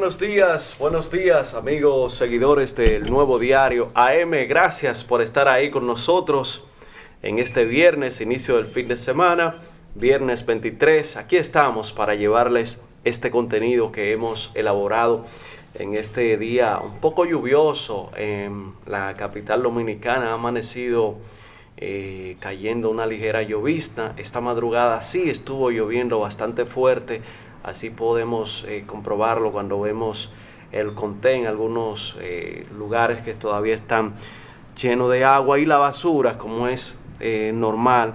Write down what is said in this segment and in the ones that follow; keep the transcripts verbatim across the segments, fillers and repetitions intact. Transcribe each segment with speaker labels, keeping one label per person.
Speaker 1: buenos días, buenos días amigos seguidores del Nuevo Diario A M. Gracias por estar ahí con nosotros en este viernes, inicio del fin de semana, viernes veintitrés. Aquí estamos para llevarles este contenido que hemos elaborado en este día un poco lluvioso en la capital dominicana. Ha amanecido eh, cayendo una ligera llovizna. Esta madrugada sí estuvo lloviendo bastante fuerte. Así podemos eh, comprobarlo cuando vemos el Conté en algunos eh, lugares que todavía están llenos de agua, y la basura, como es eh, normal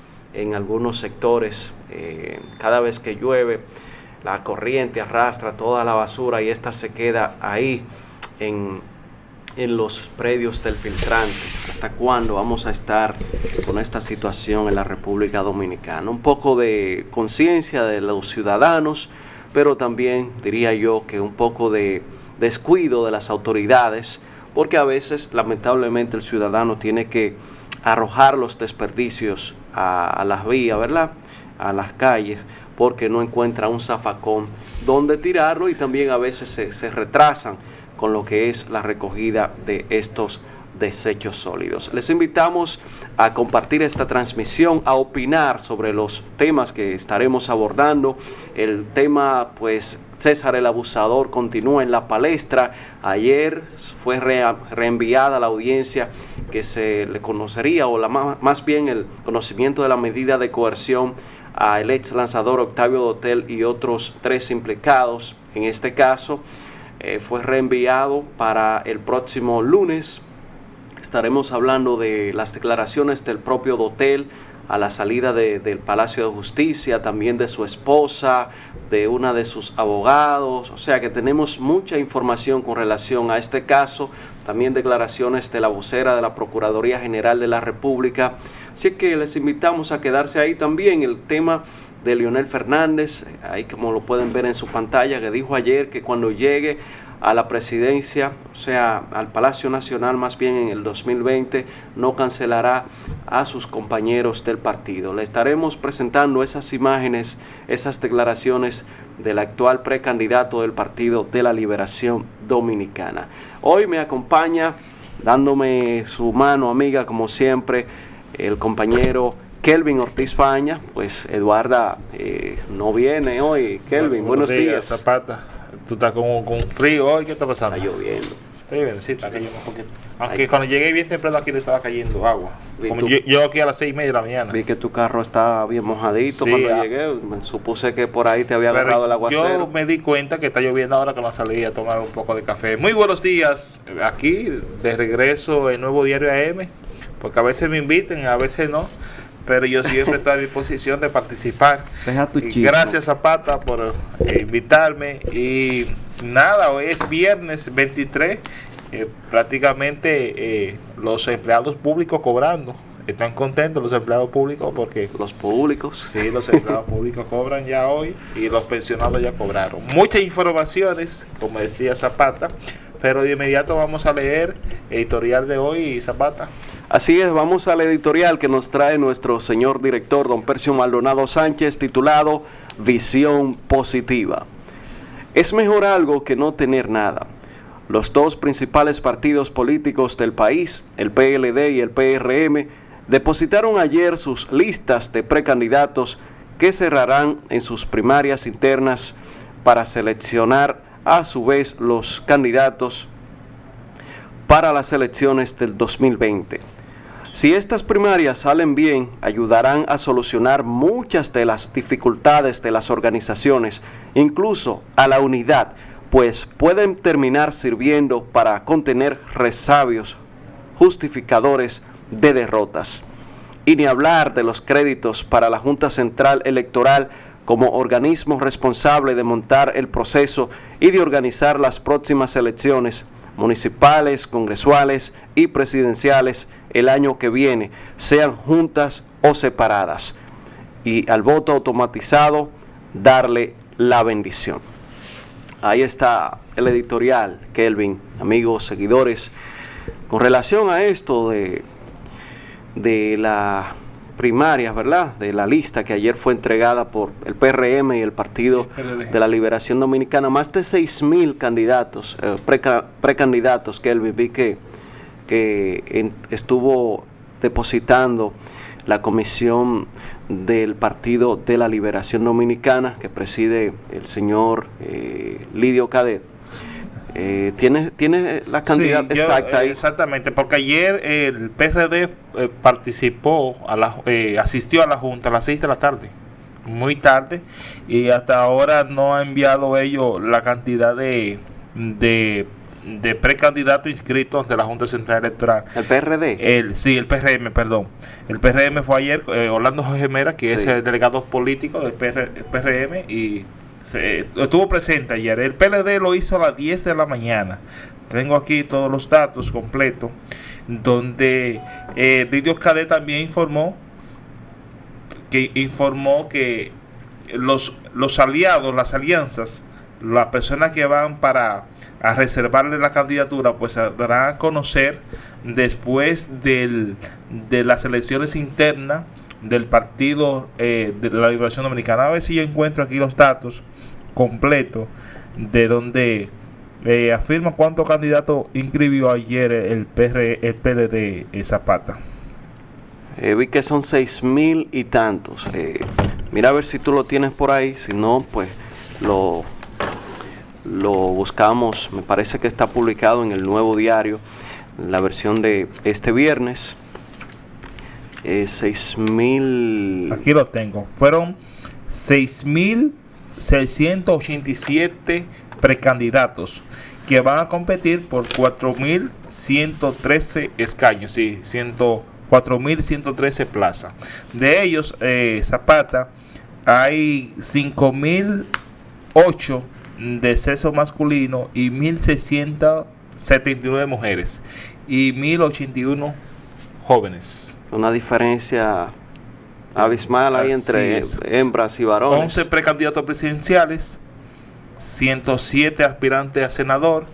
Speaker 1: en algunos sectores. Eh, cada vez que llueve, la corriente arrastra toda la basura y esta se queda ahí en, en los predios del filtrante. ¿Hasta cuándo vamos a estar con esta situación en la República Dominicana? Un poco de conciencia de los ciudadanos, pero también diría yo que un poco de descuido de las autoridades, porque a veces lamentablemente el ciudadano tiene que arrojar los desperdicios a, a las vías, ¿verdad?, a las calles, porque no encuentra un zafacón donde tirarlo, y también a veces se, se retrasan con lo que es la recogida de estos desechos sólidos. Les invitamos a compartir esta transmisión, a opinar sobre los temas que estaremos abordando. El tema, pues, César el Abusador continúa en la palestra. Ayer fue re reenviada a la audiencia que se le conocería, o la más, más bien el conocimiento de la medida de coerción al ex lanzador Octavio Dotel y otros tres implicados. En este caso eh, fue reenviado para el próximo lunes. Estaremos hablando de las declaraciones del propio Dotel a la salida de, del Palacio de Justicia, también de su esposa, de una de sus abogados. O sea que tenemos mucha información con relación a este caso, también declaraciones de la vocera de la Procuraduría General de la República. Así que les invitamos a quedarse ahí. También el tema de Leonel Fernández, ahí como lo pueden ver en su pantalla, que dijo ayer que cuando llegue a la presidencia, o sea, al Palacio Nacional más bien en el dos mil veinte, no cancelará a sus compañeros del partido. Le estaremos presentando esas imágenes, esas declaraciones del actual precandidato del Partido de la Liberación Dominicana. Hoy me acompaña, dándome su mano amiga como siempre, el compañero Kelvin Ortiz Faña. Pues Eduarda eh, no viene hoy. Kelvin, buenos, buenos días. días.
Speaker 2: Zapata. Tú estás con, con frío hoy, ¿qué está pasando?
Speaker 1: Está lloviendo.
Speaker 2: Está lloviendo, sí, está cayendo un poquito. Aunque Ay. cuando llegué bien temprano aquí le estaba cayendo agua. Como
Speaker 1: tú,
Speaker 2: yo, yo aquí a las seis y media de la mañana.
Speaker 1: Vi que tu carro estaba bien mojadito, sí, cuando ah. llegué. Me supuse que por ahí te había Pero agarrado el aguacero.
Speaker 2: Yo me di cuenta que está lloviendo ahora que me salí a tomar un poco de café. Muy buenos días, aquí de regreso en Nuevo Diario A M, porque a veces me inviten, a veces no. Pero yo siempre estoy a disposición de participar.
Speaker 1: Deja tu
Speaker 2: y gracias, Zapata, por eh, invitarme. Y nada, hoy es viernes veintitrés. Eh, prácticamente eh, los empleados públicos cobrando. Están contentos los empleados públicos porque...
Speaker 1: Los públicos.
Speaker 2: Sí, los empleados públicos cobran ya hoy y los pensionados ya cobraron. Muchas informaciones, como decía Zapata. Pero de inmediato vamos a leer editorial de hoy, Zapata.
Speaker 1: Así es, vamos al editorial que nos trae nuestro señor director, don Percio Maldonado Sánchez, titulado Visión Positiva. Es mejor algo que no tener nada. Los dos principales partidos políticos del país, el P L D y el P R M, depositaron ayer sus listas de precandidatos que cerrarán en sus primarias internas para seleccionar a su vez los candidatos para las elecciones del dos mil veinte. Si estas primarias salen bien, ayudarán a solucionar muchas de las dificultades de las organizaciones, incluso a la unidad, pues pueden terminar sirviendo para contener resabios justificadores de derrotas. Y ni hablar de los créditos para la Junta Central Electoral como organismo responsable de montar el proceso y de organizar las próximas elecciones municipales, congresuales y presidenciales el año que viene, sean juntas o separadas. Y al voto automatizado, darle la bendición. Ahí está el editorial, Kelvin, amigos, seguidores, con relación a esto de, de la primarias, ¿verdad?, de la lista que ayer fue entregada por el P R M y el Partido de la Liberación Dominicana, más de seis mil candidatos, eh, preca, precandidatos, que el vi que, que en, estuvo depositando la comisión del Partido de la Liberación Dominicana, que preside el señor eh, Lidio Cadet. Eh, ¿tiene, ¿Tiene la cantidad
Speaker 2: sí, yo,
Speaker 1: exacta ahí?
Speaker 2: Exactamente, porque ayer el P R D eh, participó, a la, eh, asistió a la Junta a las seis de la tarde, muy tarde, y hasta ahora no ha enviado ellos la cantidad de, de, de precandidatos inscritos ante la Junta Central Electoral.
Speaker 1: ¿El P R D?
Speaker 2: El, sí, el P R M, perdón. El P R M fue ayer, eh, Orlando Jorge Mera, que sí. es el delegado político del P R M, y Se, estuvo presente ayer. El P L D lo hizo a las diez de la mañana. Tengo aquí todos los datos completos, donde eh, Lidio Cadet también informó que informó que los, los aliados, las alianzas, las personas que van para a reservarle la candidatura, pues se darán a conocer después del, de las elecciones internas del Partido eh, de la Liberación Dominicana. A ver si yo encuentro aquí los datos completos de donde eh, afirma cuántos candidatos inscribió ayer el, P R, el P L D eh, Zapata.
Speaker 1: Eh, vi que son seis mil y tantos. Eh, mira a ver si tú lo tienes por ahí. Si no, pues lo, lo buscamos. Me parece que está publicado en el Nuevo Diario, la versión de este viernes. Eh, seis mil.
Speaker 2: Aquí lo tengo. Fueron seis mil seiscientos ochenta y siete precandidatos que van a competir por cuatro mil ciento trece escaños, sí, cuatro mil ciento trece plazas. De ellos, eh, Zapata, hay cinco mil ocho de sexo masculino y mil seiscientas setenta y nueve mujeres y mil ochenta y uno jóvenes.
Speaker 1: Una diferencia abismal ahí entre hembras y varones.
Speaker 2: once precandidatos presidenciales, ciento siete aspirantes a senador,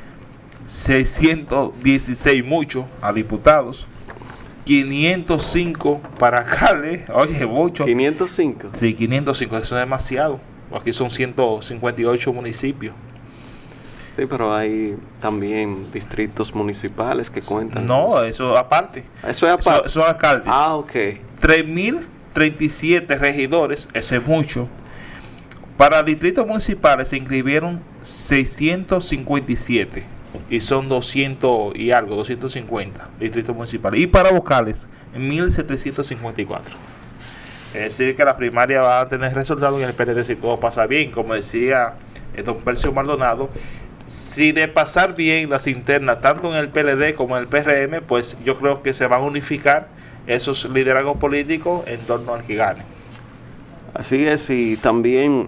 Speaker 2: seiscientos dieciséis muchos a diputados, quinientos cinco para alcaldes. Oye, mucho.
Speaker 1: quinientos cinco.
Speaker 2: Sí, quinientos cinco, eso es demasiado. Aquí son ciento cincuenta y ocho municipios.
Speaker 1: Sí, pero hay también distritos municipales que cuentan.
Speaker 2: No, eso aparte.
Speaker 1: Eso es aparte.
Speaker 2: Eso, eso es alcalde.
Speaker 1: Ah, ok.
Speaker 2: tres mil treinta y siete regidores, eso es mucho. Para distritos municipales se inscribieron seiscientos cincuenta y siete y son doscientos y algo, doscientos cincuenta distritos municipales. Y para vocales, mil setecientos cincuenta y cuatro. Es decir, que la primaria va a tener resultados en el P L D si todo pasa bien. Como decía eh, don Percio Maldonado, si de pasar bien las internas, tanto en el P L D como en el P R M, pues yo creo que se van a unificar esos liderazgos políticos en torno al que gane.
Speaker 1: Así es, y también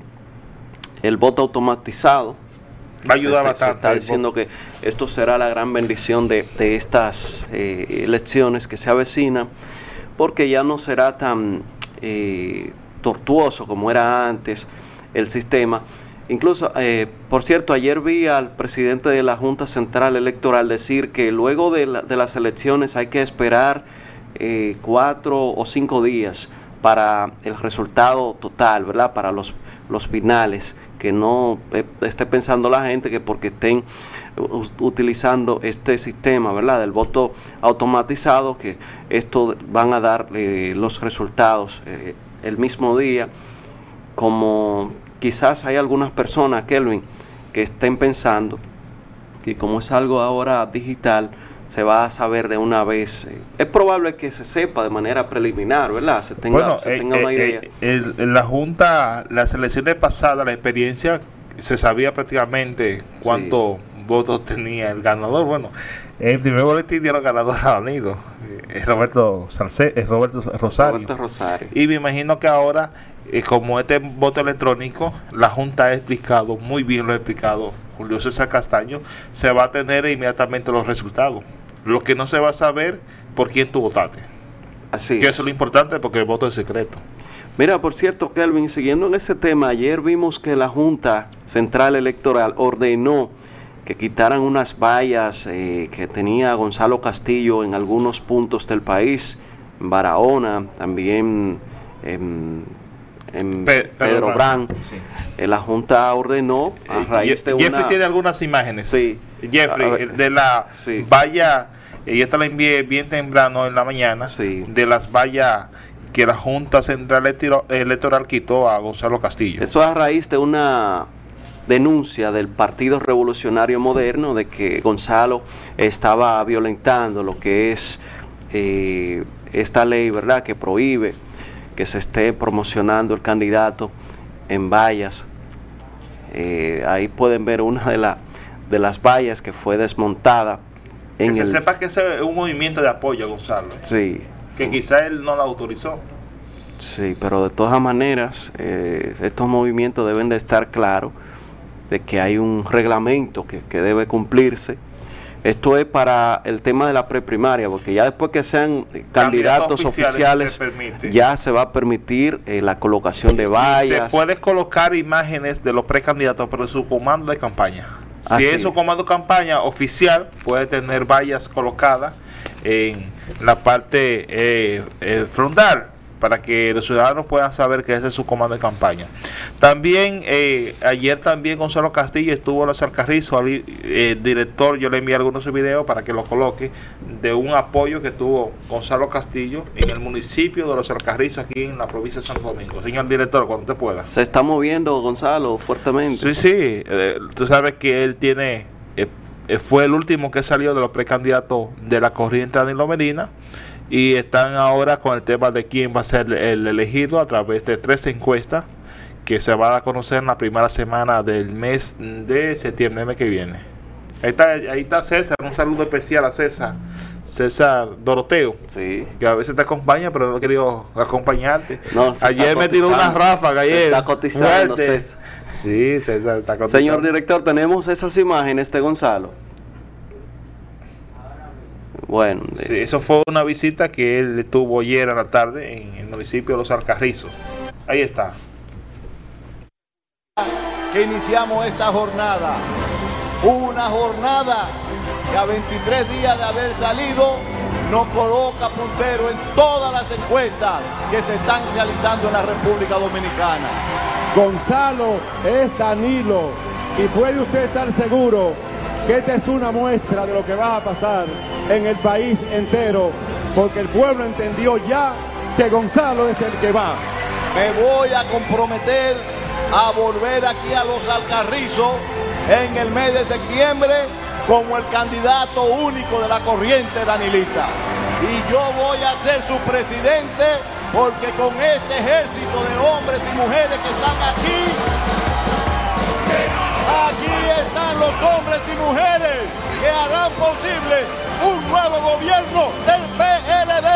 Speaker 1: el voto automatizado
Speaker 2: va a ayudar
Speaker 1: se está,
Speaker 2: bastante.
Speaker 1: Se está diciendo que esto será la gran bendición de, de estas eh, elecciones que se avecinan, porque ya no será tan eh, tortuoso como era antes el sistema. Incluso, eh, por cierto, ayer vi al presidente de la Junta Central Electoral decir que luego de, la, de las elecciones hay que esperar eh, cuatro o cinco días para el resultado total, ¿verdad? Para los, los finales, que no eh, esté pensando la gente que porque estén utilizando este sistema, ¿verdad?, del voto automatizado, que esto van a dar eh, los resultados eh, el mismo día, como quizás hay algunas personas, Kelvin, que estén pensando que como es algo ahora digital, se va a saber de una vez. Es probable que se sepa de manera preliminar, ¿verdad? Se tenga,
Speaker 2: bueno,
Speaker 1: se
Speaker 2: eh,
Speaker 1: tenga una
Speaker 2: eh,
Speaker 1: idea.
Speaker 2: Eh, el, la Junta, las elecciones pasadas, la experiencia, se sabía prácticamente cuántos sí. votos tenía el ganador. Bueno, en primer boletín dieron ganador a Danilo, eh, Roberto, Salce, eh, Roberto Rosario.
Speaker 1: Roberto Rosario.
Speaker 2: Y me imagino que ahora, eh, como este voto electrónico, la Junta ha explicado, muy bien lo ha explicado Julio César Castaño, se va a tener inmediatamente los resultados. Lo que no se va a saber por quién tú votaste.
Speaker 1: Así
Speaker 2: que
Speaker 1: es.
Speaker 2: eso es lo importante porque el voto es secreto.
Speaker 1: Mira, por cierto, Kelvin, siguiendo en ese tema, ayer vimos que la Junta Central Electoral ordenó que quitaran unas vallas eh, que tenía Gonzalo Castillo en algunos puntos del país, en Barahona, también en, en
Speaker 2: Pe
Speaker 1: Pedro Brán.
Speaker 2: Sí.
Speaker 1: Eh, la Junta ordenó a raíz de
Speaker 2: Jeffrey
Speaker 1: una...
Speaker 2: tiene algunas imágenes.
Speaker 1: Sí.
Speaker 2: Jeffrey, de la
Speaker 1: sí.
Speaker 2: valla, y esta la envié bien temprano en la mañana,
Speaker 1: sí.
Speaker 2: de las vallas que la Junta Central Electoral quitó a Gonzalo Castillo.
Speaker 1: Eso a raíz de una denuncia del Partido Revolucionario Moderno de que Gonzalo estaba violentando lo que es eh, esta ley, ¿verdad?, que prohíbe que se esté promocionando el candidato en vallas. Eh, ahí pueden ver una de, la, de las vallas que fue desmontada. En
Speaker 2: que
Speaker 1: el,
Speaker 2: se sepa que ese es un movimiento de apoyo a Gonzalo. ¿eh?
Speaker 1: Sí.
Speaker 2: Que
Speaker 1: sí.
Speaker 2: quizá él no la autorizó.
Speaker 1: Sí, pero de todas maneras, eh, estos movimientos deben de estar claros de que hay un reglamento que, que debe cumplirse. Esto es para el tema de la preprimaria, porque ya después que sean candidatos, candidatos oficiales, oficiales se ya se va a permitir eh, la colocación de vallas.
Speaker 2: Se puede colocar imágenes de los precandidatos, pero su comando de campaña.
Speaker 1: Ah,
Speaker 2: si
Speaker 1: sí.
Speaker 2: es su comando de campaña oficial, puede tener vallas colocadas en la parte eh, eh, frontal, para que los ciudadanos puedan saber que ese es su comando de campaña. También, eh, ayer también Gonzalo Castillo estuvo en los Alcarrizos, el eh, director, yo le envié algunos videos para que lo coloque, de un apoyo que tuvo Gonzalo Castillo en el municipio de los Alcarrizos, aquí en la provincia de Santo Domingo. Señor director, cuando usted pueda.
Speaker 1: Se está moviendo Gonzalo fuertemente.
Speaker 2: Sí, sí, eh, tú sabes que él tiene, eh, fue el último que salió de los precandidatos de la corriente de Danilo Medina, y están ahora con el tema de quién va a ser el elegido a través de tres encuestas que se van a conocer en la primera semana del mes de septiembre, el mes que viene. Ahí está, ahí está César, un saludo especial a César, César Doroteo,
Speaker 1: sí,
Speaker 2: que a veces te acompaña, pero no he querido acompañarte.
Speaker 1: No,
Speaker 2: ayer me tiró una ráfaga ayer.
Speaker 1: Está cotizando,
Speaker 2: fuerte.
Speaker 1: César.
Speaker 2: Sí, César está cotizando.
Speaker 1: Señor director, tenemos esas imágenes de Gonzalo. Bueno,
Speaker 2: sí, eso fue una visita que él tuvo ayer en la tarde en el municipio de Los Alcarrizos. Ahí está.
Speaker 3: Que iniciamos esta jornada, una jornada que a veintitrés días de haber salido nos coloca puntero en todas las encuestas que se están realizando en la República Dominicana.
Speaker 4: Gonzalo es Danilo, y puede usted estar seguro que esta es una muestra de lo que va a pasar en el país entero, porque el pueblo entendió ya que Gonzalo es el que va.
Speaker 3: Me voy a comprometer a volver aquí a Los Alcarrizos en el mes de septiembre como el candidato único de la corriente danilista. Y yo voy a ser su presidente, porque con este ejército de hombres y mujeres que están aquí, aquí están los hombres y mujeres que harán posible un nuevo gobierno del P L D.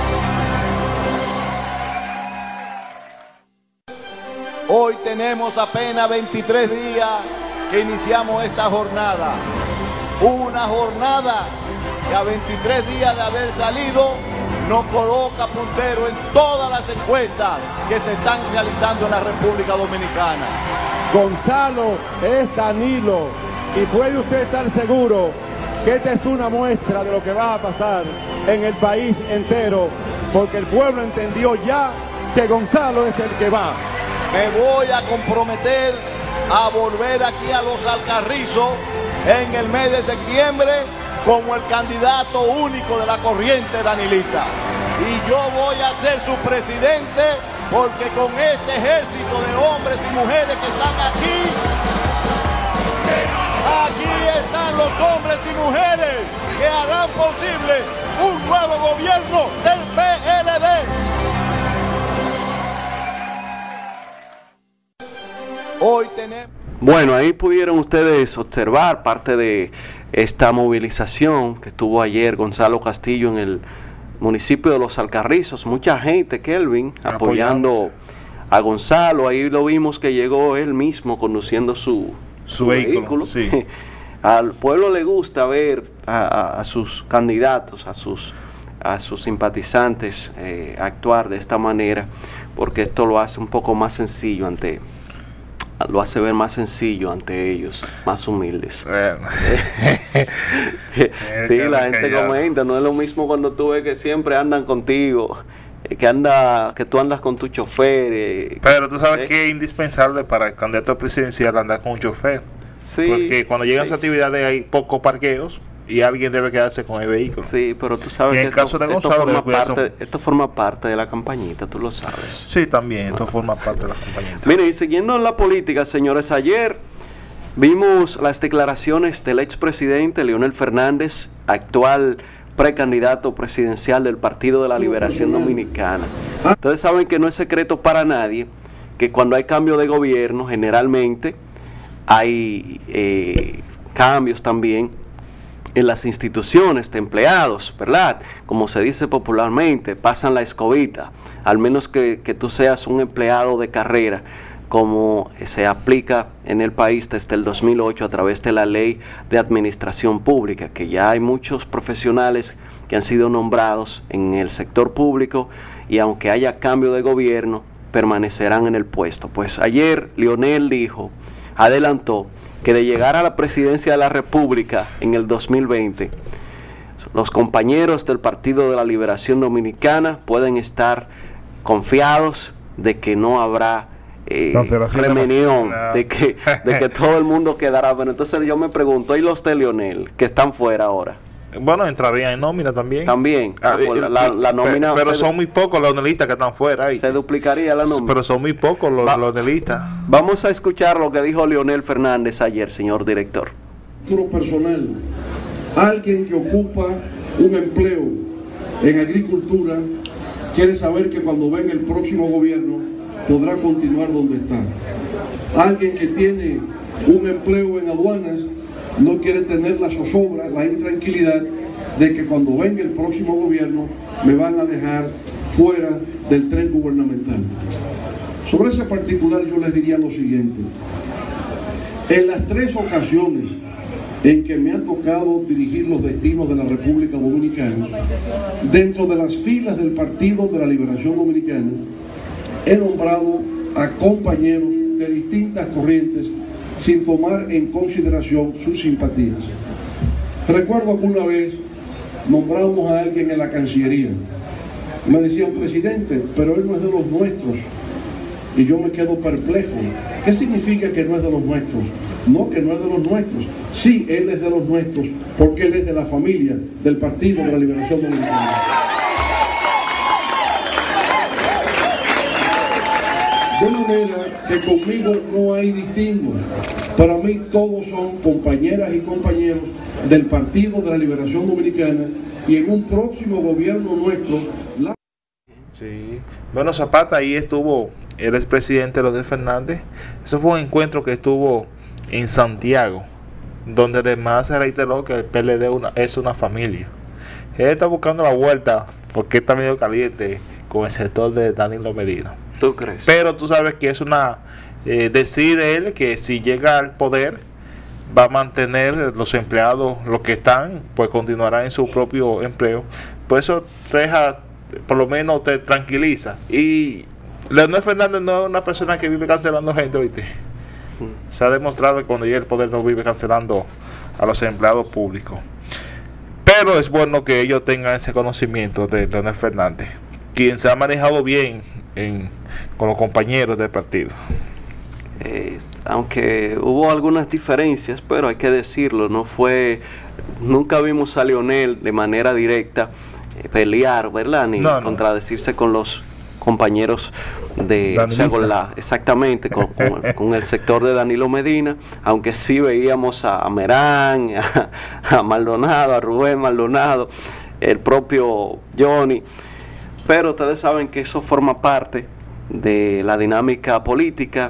Speaker 3: Hoy tenemos apenas veintitrés días que iniciamos esta jornada. Una jornada que a veintitrés días de haber salido nos coloca puntero en todas las encuestas que se están realizando en la República Dominicana.
Speaker 4: Gonzalo es Danilo, y puede usted estar seguro que esta es una muestra de lo que va a pasar en el país entero, porque el pueblo entendió ya que Gonzalo es el que va.
Speaker 3: Me voy a comprometer a volver aquí a Los Alcarrizos en el mes de septiembre como el candidato único de la corriente danilista. Y yo voy a ser su presidente, porque con este ejército de hombres y mujeres que están aquí, aquí están los hombres y mujeres que harán posible un nuevo gobierno del P L D. Hoy tenemos...
Speaker 1: Bueno, ahí pudieron ustedes observar parte de esta movilización que tuvo ayer Gonzalo Castillo en el municipio de Los Alcarrizos. Mucha gente, Kelvin, apoyando a Gonzalo. Ahí lo vimos que llegó él mismo conduciendo su,
Speaker 2: su,
Speaker 1: su
Speaker 2: vehículo.
Speaker 1: vehículo.
Speaker 2: Sí.
Speaker 1: Al pueblo le gusta ver a, a, a sus candidatos, a sus, a sus simpatizantes eh, actuar de esta manera, porque esto lo hace un poco más sencillo ante lo hace ver más sencillo ante ellos, más humildes.
Speaker 2: Bueno.
Speaker 1: Sí, la gente comenta, no es lo mismo cuando tú ves que siempre andan contigo, que anda, que tú andas con tu chofer. Eh,
Speaker 2: Pero tú sabes
Speaker 1: eh.
Speaker 2: que es indispensable para el candidato presidencial andar con un chofer.
Speaker 1: Sí,
Speaker 2: porque cuando llegan
Speaker 1: sí.
Speaker 2: a sus actividades hay pocos parqueos y alguien debe quedarse con el vehículo.
Speaker 1: Sí, pero tú sabes
Speaker 2: Y en
Speaker 1: que
Speaker 2: el caso
Speaker 1: esto,
Speaker 2: de
Speaker 1: esto,
Speaker 2: Gonzalo,
Speaker 1: forma
Speaker 2: debe cuidarse
Speaker 1: parte, esto forma parte de la campañita, tú lo sabes.
Speaker 2: Sí, también, esto forma parte de la compañía.
Speaker 1: Mire, y siguiendo en la política, señores, ayer vimos las declaraciones del expresidente Leonel Fernández, actual precandidato presidencial del Partido de la Liberación Dominicana. Ustedes saben que no es secreto para nadie que cuando hay cambio de gobierno, generalmente hay eh, cambios también en las instituciones de empleados, ¿verdad? Como se dice popularmente, pasan la escobita, al menos que, que tú seas un empleado de carrera, como se aplica en el país desde el dos mil ocho a través de la Ley de Administración Pública, que ya hay muchos profesionales que han sido nombrados en el sector público y aunque haya cambio de gobierno, permanecerán en el puesto. Pues ayer Leonel dijo, adelantó, que de llegar a la presidencia de la República en el dos mil veinte, los compañeros del Partido de la Liberación Dominicana pueden estar confiados de que no habrá eh, remenión, de que, de que todo el mundo quedará. Bueno, entonces yo me pregunto, ¿y los de Leonel que están fuera ahora?
Speaker 2: Bueno, entrarían en nómina también.
Speaker 1: También.
Speaker 2: Ah,
Speaker 1: la, la, la nómina
Speaker 2: pero
Speaker 1: se,
Speaker 2: son muy pocos los leonelistas que están fuera ahí.
Speaker 1: Se duplicaría la nómina.
Speaker 2: Pero son muy pocos los
Speaker 1: Va,
Speaker 2: leonelistas.
Speaker 1: Vamos a escuchar lo que dijo Leonel Fernández ayer, señor director.
Speaker 5: Personal, alguien que ocupa un empleo en agricultura quiere saber que cuando venga el próximo gobierno podrá continuar donde está. Alguien que tiene un empleo en aduanas no quiere tener la zozobra, la intranquilidad de que cuando venga el próximo gobierno me van a dejar fuera del tren gubernamental. Sobre ese particular yo les diría lo siguiente. En las tres ocasiones en que me ha tocado dirigir los destinos de la República Dominicana, dentro de las filas del Partido de la Liberación Dominicana, he nombrado a compañeros de distintas corrientes sin tomar en consideración sus simpatías. Recuerdo que una vez nombramos a alguien en la Cancillería. Me decían, presidente, pero él no es de los nuestros. Y yo me quedo perplejo. ¿Qué significa que no es de los nuestros? No, que no es de los nuestros. Sí, él es de los nuestros, porque él es de la familia del Partido de la Liberación Dominicana. De manera que conmigo no hay distingo. Para mí todos son compañeras y compañeros del Partido de la Liberación Dominicana y en un próximo gobierno nuestro... La...
Speaker 2: Sí. Bueno, Zapata, ahí estuvo el expresidente Leonel Fernández. Eso fue un encuentro que estuvo en Santiago, donde además se reiteró que el P L D una, es una familia. Él está buscando la vuelta porque está medio caliente con el sector de Danilo Medina.
Speaker 1: ¿Tú crees?
Speaker 2: Pero tú sabes que es una... Eh, decir él que si llega al poder va a mantener los empleados, los que están, pues continuarán en su propio empleo. Por eso te deja, por lo menos te tranquiliza. Y Leonel Fernández no es una persona que vive cancelando gente, ¿oíste? Mm. Se ha demostrado que cuando llega al poder no vive cancelando a los empleados públicos. Pero es bueno que ellos tengan ese conocimiento de Leonel Fernández, quien se ha manejado bien en, con los compañeros del partido.
Speaker 1: Eh, aunque hubo algunas diferencias, pero hay que decirlo, no fue, nunca vimos a Leonel de manera directa eh, pelear, ¿verdad? Ni no, no. contradecirse con los compañeros de, o sea, con la, exactamente, con, con, con el sector de Danilo Medina, aunque sí veíamos a, a Merán, a, a Maldonado, a Rubén Maldonado, el propio Johnny, pero ustedes saben que eso forma parte de la dinámica política.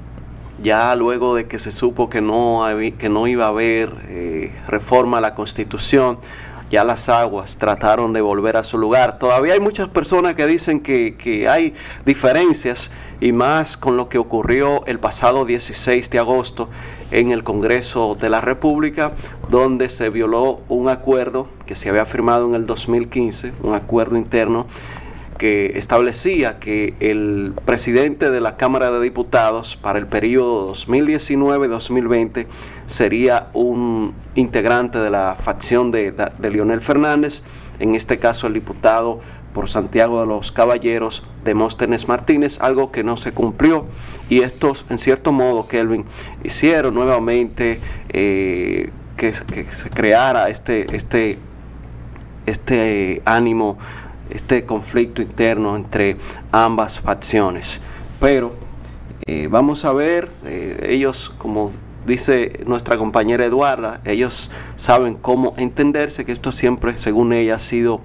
Speaker 1: Ya luego de que se supo que no, que no iba a haber eh, reforma a la Constitución, ya las aguas trataron de volver a su lugar. Todavía hay muchas personas que dicen que, que hay diferencias, y más con lo que ocurrió el pasado dieciséis de agosto en el Congreso de la República, donde se violó un acuerdo que se había firmado en el dos mil quince, un acuerdo interno, que establecía que el presidente de la Cámara de Diputados para el periodo dos mil diecinueve dos mil veinte sería un integrante de la facción de, de, de Leonel Fernández, en este caso el diputado por Santiago de los Caballeros, Demóstenes Martínez, algo que no se cumplió, y estos, en cierto modo, Kelvin, hicieron nuevamente eh, que, que se creara este, este, este ánimo, este conflicto interno entre ambas facciones. Pero eh, vamos a ver, eh, ellos, como dice nuestra compañera Eduarda, ellos saben cómo entenderse, que esto siempre, según ella, ha sido...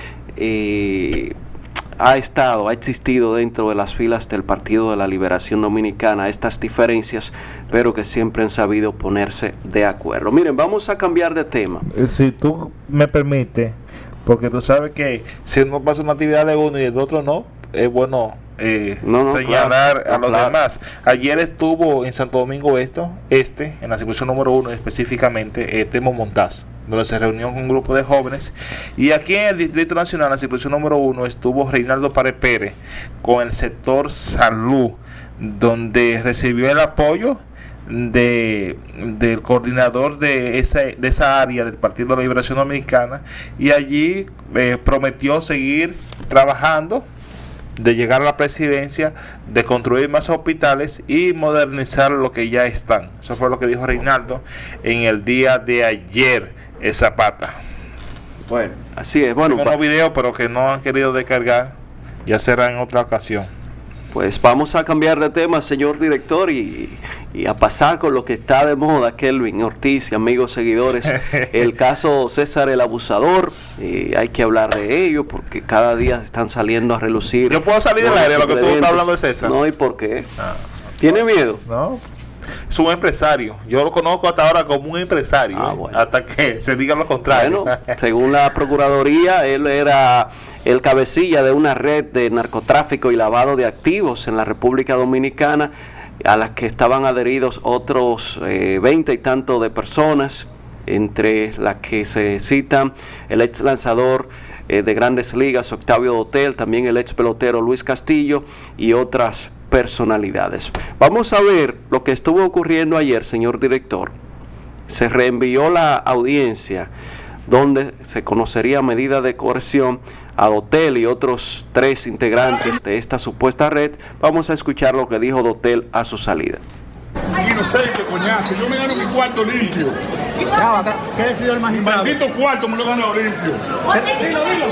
Speaker 1: Eh, ha estado, ha existido dentro de las filas del Partido de la Liberación Dominicana estas diferencias, pero que siempre han sabido ponerse de acuerdo. Miren, vamos a cambiar de tema.
Speaker 2: Si tú me permites, porque tú sabes que si uno pasa una actividad de uno y el otro no, es bueno eh, no, no, señalar claro, a los claro. demás. Ayer estuvo en Santo Domingo Este, este en la circunscripción número uno, específicamente eh, Temo Montaz, donde se reunió con un grupo de jóvenes, y aquí en el Distrito Nacional, en la circunscripción número uno, estuvo Reinaldo Pared Pérez con el sector salud, donde recibió el apoyo de del coordinador de esa, de esa área del Partido de la Liberación Dominicana, y allí eh, prometió seguir trabajando, de llegar a la presidencia, de construir más hospitales y modernizar lo que ya están. Eso fue lo que dijo Reinaldo en el día de ayer en Zapata.
Speaker 1: Bueno, así es. Bueno,
Speaker 2: Tengo unos videos, pero que no han querido descargar, ya será en otra ocasión.
Speaker 1: Pues vamos a cambiar de tema, señor director, y, y a pasar con lo que está de moda, Kelvin Ortiz y amigos seguidores, el caso César el Abusador. Y hay que hablar de ello porque cada día están saliendo a relucir.
Speaker 2: Yo puedo salir del aire lo que tú estás hablando de César.
Speaker 1: No, ¿y por qué? Ah, ¿Tiene no, miedo?
Speaker 2: No. Es un empresario. Yo lo conozco hasta ahora como un empresario, ah, bueno. hasta que se diga lo contrario.
Speaker 1: Bueno, según la Procuraduría, él era el cabecilla de una red de narcotráfico y lavado de activos en la República Dominicana, a las que estaban adheridos otros eh, veinte y tanto de personas, entre las que se citan el ex lanzador eh, de Grandes Ligas, Octavio Dotel, también el ex pelotero Luis Castillo y otras personalidades. Vamos a ver lo que estuvo ocurriendo ayer, señor director. Se reenvió la audiencia donde se conocería medida de coerción a Dotel y otros tres integrantes de esta supuesta red. Vamos a escuchar lo que dijo Dotel a su salida.
Speaker 6: Inocente, coñazo, yo me gano mi cuarto limpio.
Speaker 7: ¿Qué decidió el magistrado?
Speaker 6: Maldito cuarto me lo gano limpio.
Speaker 7: Dilo, dilo.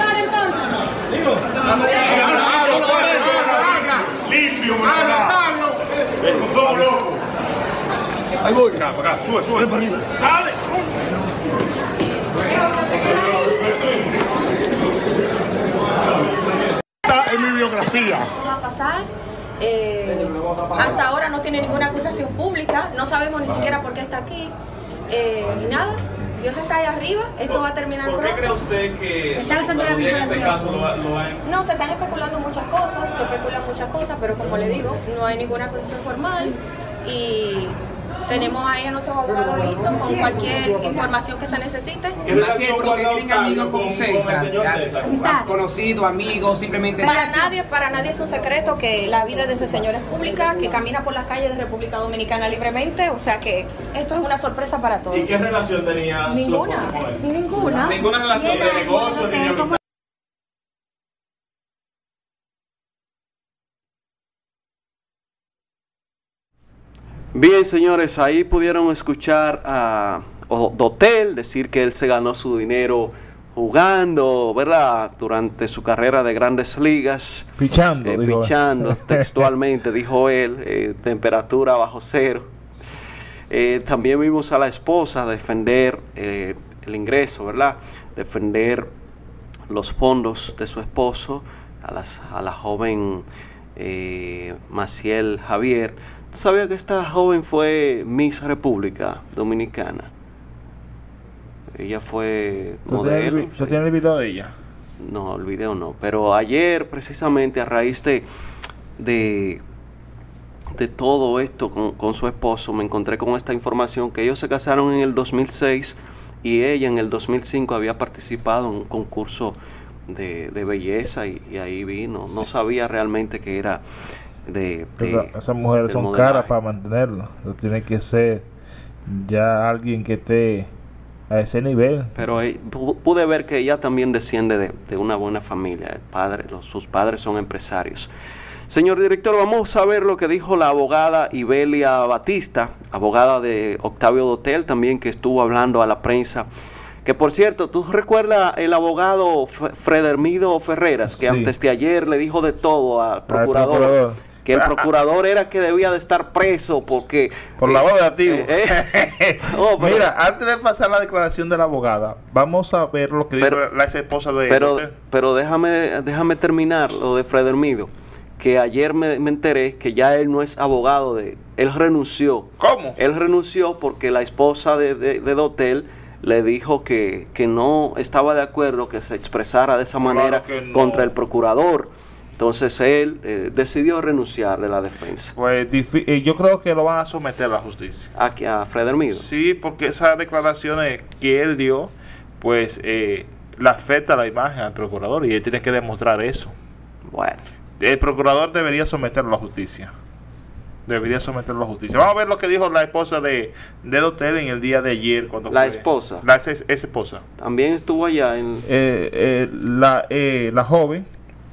Speaker 7: Dilo.
Speaker 6: Limpio, me lo gano. No somos locos.
Speaker 3: Ahí voy.
Speaker 6: Acá, para acá, sube, sube para arriba. Dale. Está en mi biografía.
Speaker 8: Va a pasar. Eh, hasta ahora no tiene ninguna acusación pública, no sabemos ni siquiera por qué está aquí, eh, y nada, Dios está ahí arriba, esto va a terminar
Speaker 9: pronto. ¿Por qué cree usted que en este caso lo, lo hay?
Speaker 8: No, se están especulando muchas cosas, se especulan muchas cosas, pero como le digo, no hay ninguna acusación formal y tenemos ahí a nuestros abogados listos con cualquier información que se necesite.
Speaker 9: ¿Qué relación tienen amigos con César?
Speaker 7: César? ¿Conocido, amigo, simplemente?
Speaker 8: Para nadie, para nadie es un secreto que la vida de ese señor es pública, que camina por las calles de República Dominicana libremente, o sea que esto es una sorpresa para todos.
Speaker 9: ¿Y qué relación tenía
Speaker 8: ninguna,
Speaker 9: su esposo con él?
Speaker 8: Ninguna.
Speaker 9: Ninguna relación de negocio ni de...
Speaker 1: Bien, señores, ahí pudieron escuchar a Dotel decir que él se ganó su dinero jugando, ¿verdad? Durante su carrera de Grandes Ligas.
Speaker 2: Pichando.
Speaker 1: Eh, pichando, textualmente, dijo él, eh, temperatura bajo cero. Eh, también vimos a la esposa defender eh, el ingreso, ¿verdad? Defender los fondos de su esposo, a, las, a la joven eh, Maciel Javier. ¿Tú sabías que esta joven fue Miss República Dominicana? Ella fue modelo.
Speaker 2: ¿Tú tienes el video de ella?
Speaker 1: No, el video no. Pero ayer, precisamente, a raíz de, de, de todo esto con, con su esposo, me encontré con esta información que ellos se casaron en el dos mil seis y ella en el dos mil cinco había participado en un concurso de, de belleza y, y ahí vino. No sabía realmente que era de... de
Speaker 2: Esa, esas mujeres son caras para mantenerlo. Tiene que ser ya alguien que esté a ese nivel.
Speaker 1: Pero eh, pude ver que ella también desciende de, de una buena familia. El padre, los, sus padres son empresarios. Señor director, vamos a ver lo que dijo la abogada Ibelia Batista, abogada de Octavio Dotel, también, que estuvo hablando a la prensa. Que por cierto, ¿tú recuerdas el abogado Fredermido Ferreras, que sí, antes de ayer le dijo de todo al procurador? procurador. Que el procurador era que debía de estar preso porque...
Speaker 2: Por
Speaker 1: eh,
Speaker 2: lavado de activos.
Speaker 1: Eh, eh. oh, pero,
Speaker 2: Mira, antes de pasar la declaración de la abogada, vamos a ver lo que
Speaker 1: pero,
Speaker 2: dijo la ex esposa de...
Speaker 1: Pero, pero déjame, déjame terminar lo de Fredermido, que ayer me, me enteré que ya él no es abogado de... Él renunció.
Speaker 2: ¿Cómo?
Speaker 1: Él renunció porque la esposa de, de, de Dotel le dijo que, que no estaba de acuerdo que se expresara de esa claro manera no. contra el procurador. Entonces él eh, decidió renunciar de la defensa.
Speaker 2: Pues yo creo que lo van a someter a la justicia.
Speaker 1: ¿A, a Fredermido?
Speaker 2: Sí, porque esas declaraciones que él dio, pues eh, le afecta la imagen al procurador y él tiene que demostrar eso.
Speaker 1: Bueno.
Speaker 2: El procurador debería someterlo a la justicia. Debería someterlo a la justicia. Vamos a ver lo que dijo la esposa de, de Dotel en el día de ayer. Cuando
Speaker 1: ¿La
Speaker 2: fue,
Speaker 1: esposa?
Speaker 2: La ex, ex esposa.
Speaker 1: También estuvo allá en...
Speaker 2: Eh, eh, la, eh, la joven...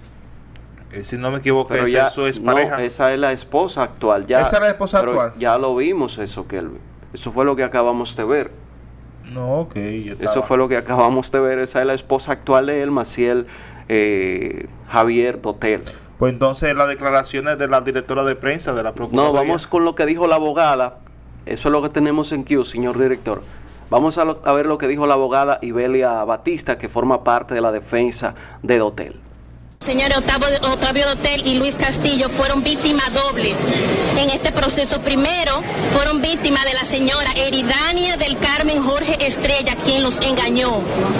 Speaker 2: Eh, si no me equivoco,
Speaker 1: pero
Speaker 2: esa
Speaker 1: ya,
Speaker 2: es su expareja.
Speaker 1: No, esa es la esposa actual. Ya,
Speaker 2: esa es la esposa actual.
Speaker 1: Ya lo vimos eso, Kelvin. Eso fue lo que acabamos de ver.
Speaker 2: No, ok.
Speaker 1: Eso fue lo que acabamos de ver. Esa es la esposa actual de él, Maciel eh, Javier Dotel.
Speaker 2: Pues entonces las declaraciones de la directora de prensa de la Procuraduría.
Speaker 1: No, vamos con lo que dijo la abogada. Eso es lo que tenemos en Q, señor director. Vamos a, lo, a ver lo que dijo la abogada Ibelia Batista, que forma parte de la defensa de Dotel.
Speaker 10: Señores Octavio Dotel y Luis Castillo fueron víctimas doble en este proceso. Primero, fueron víctimas de la señora Eridania del Carmen Jorge Estrella, quien los engañó.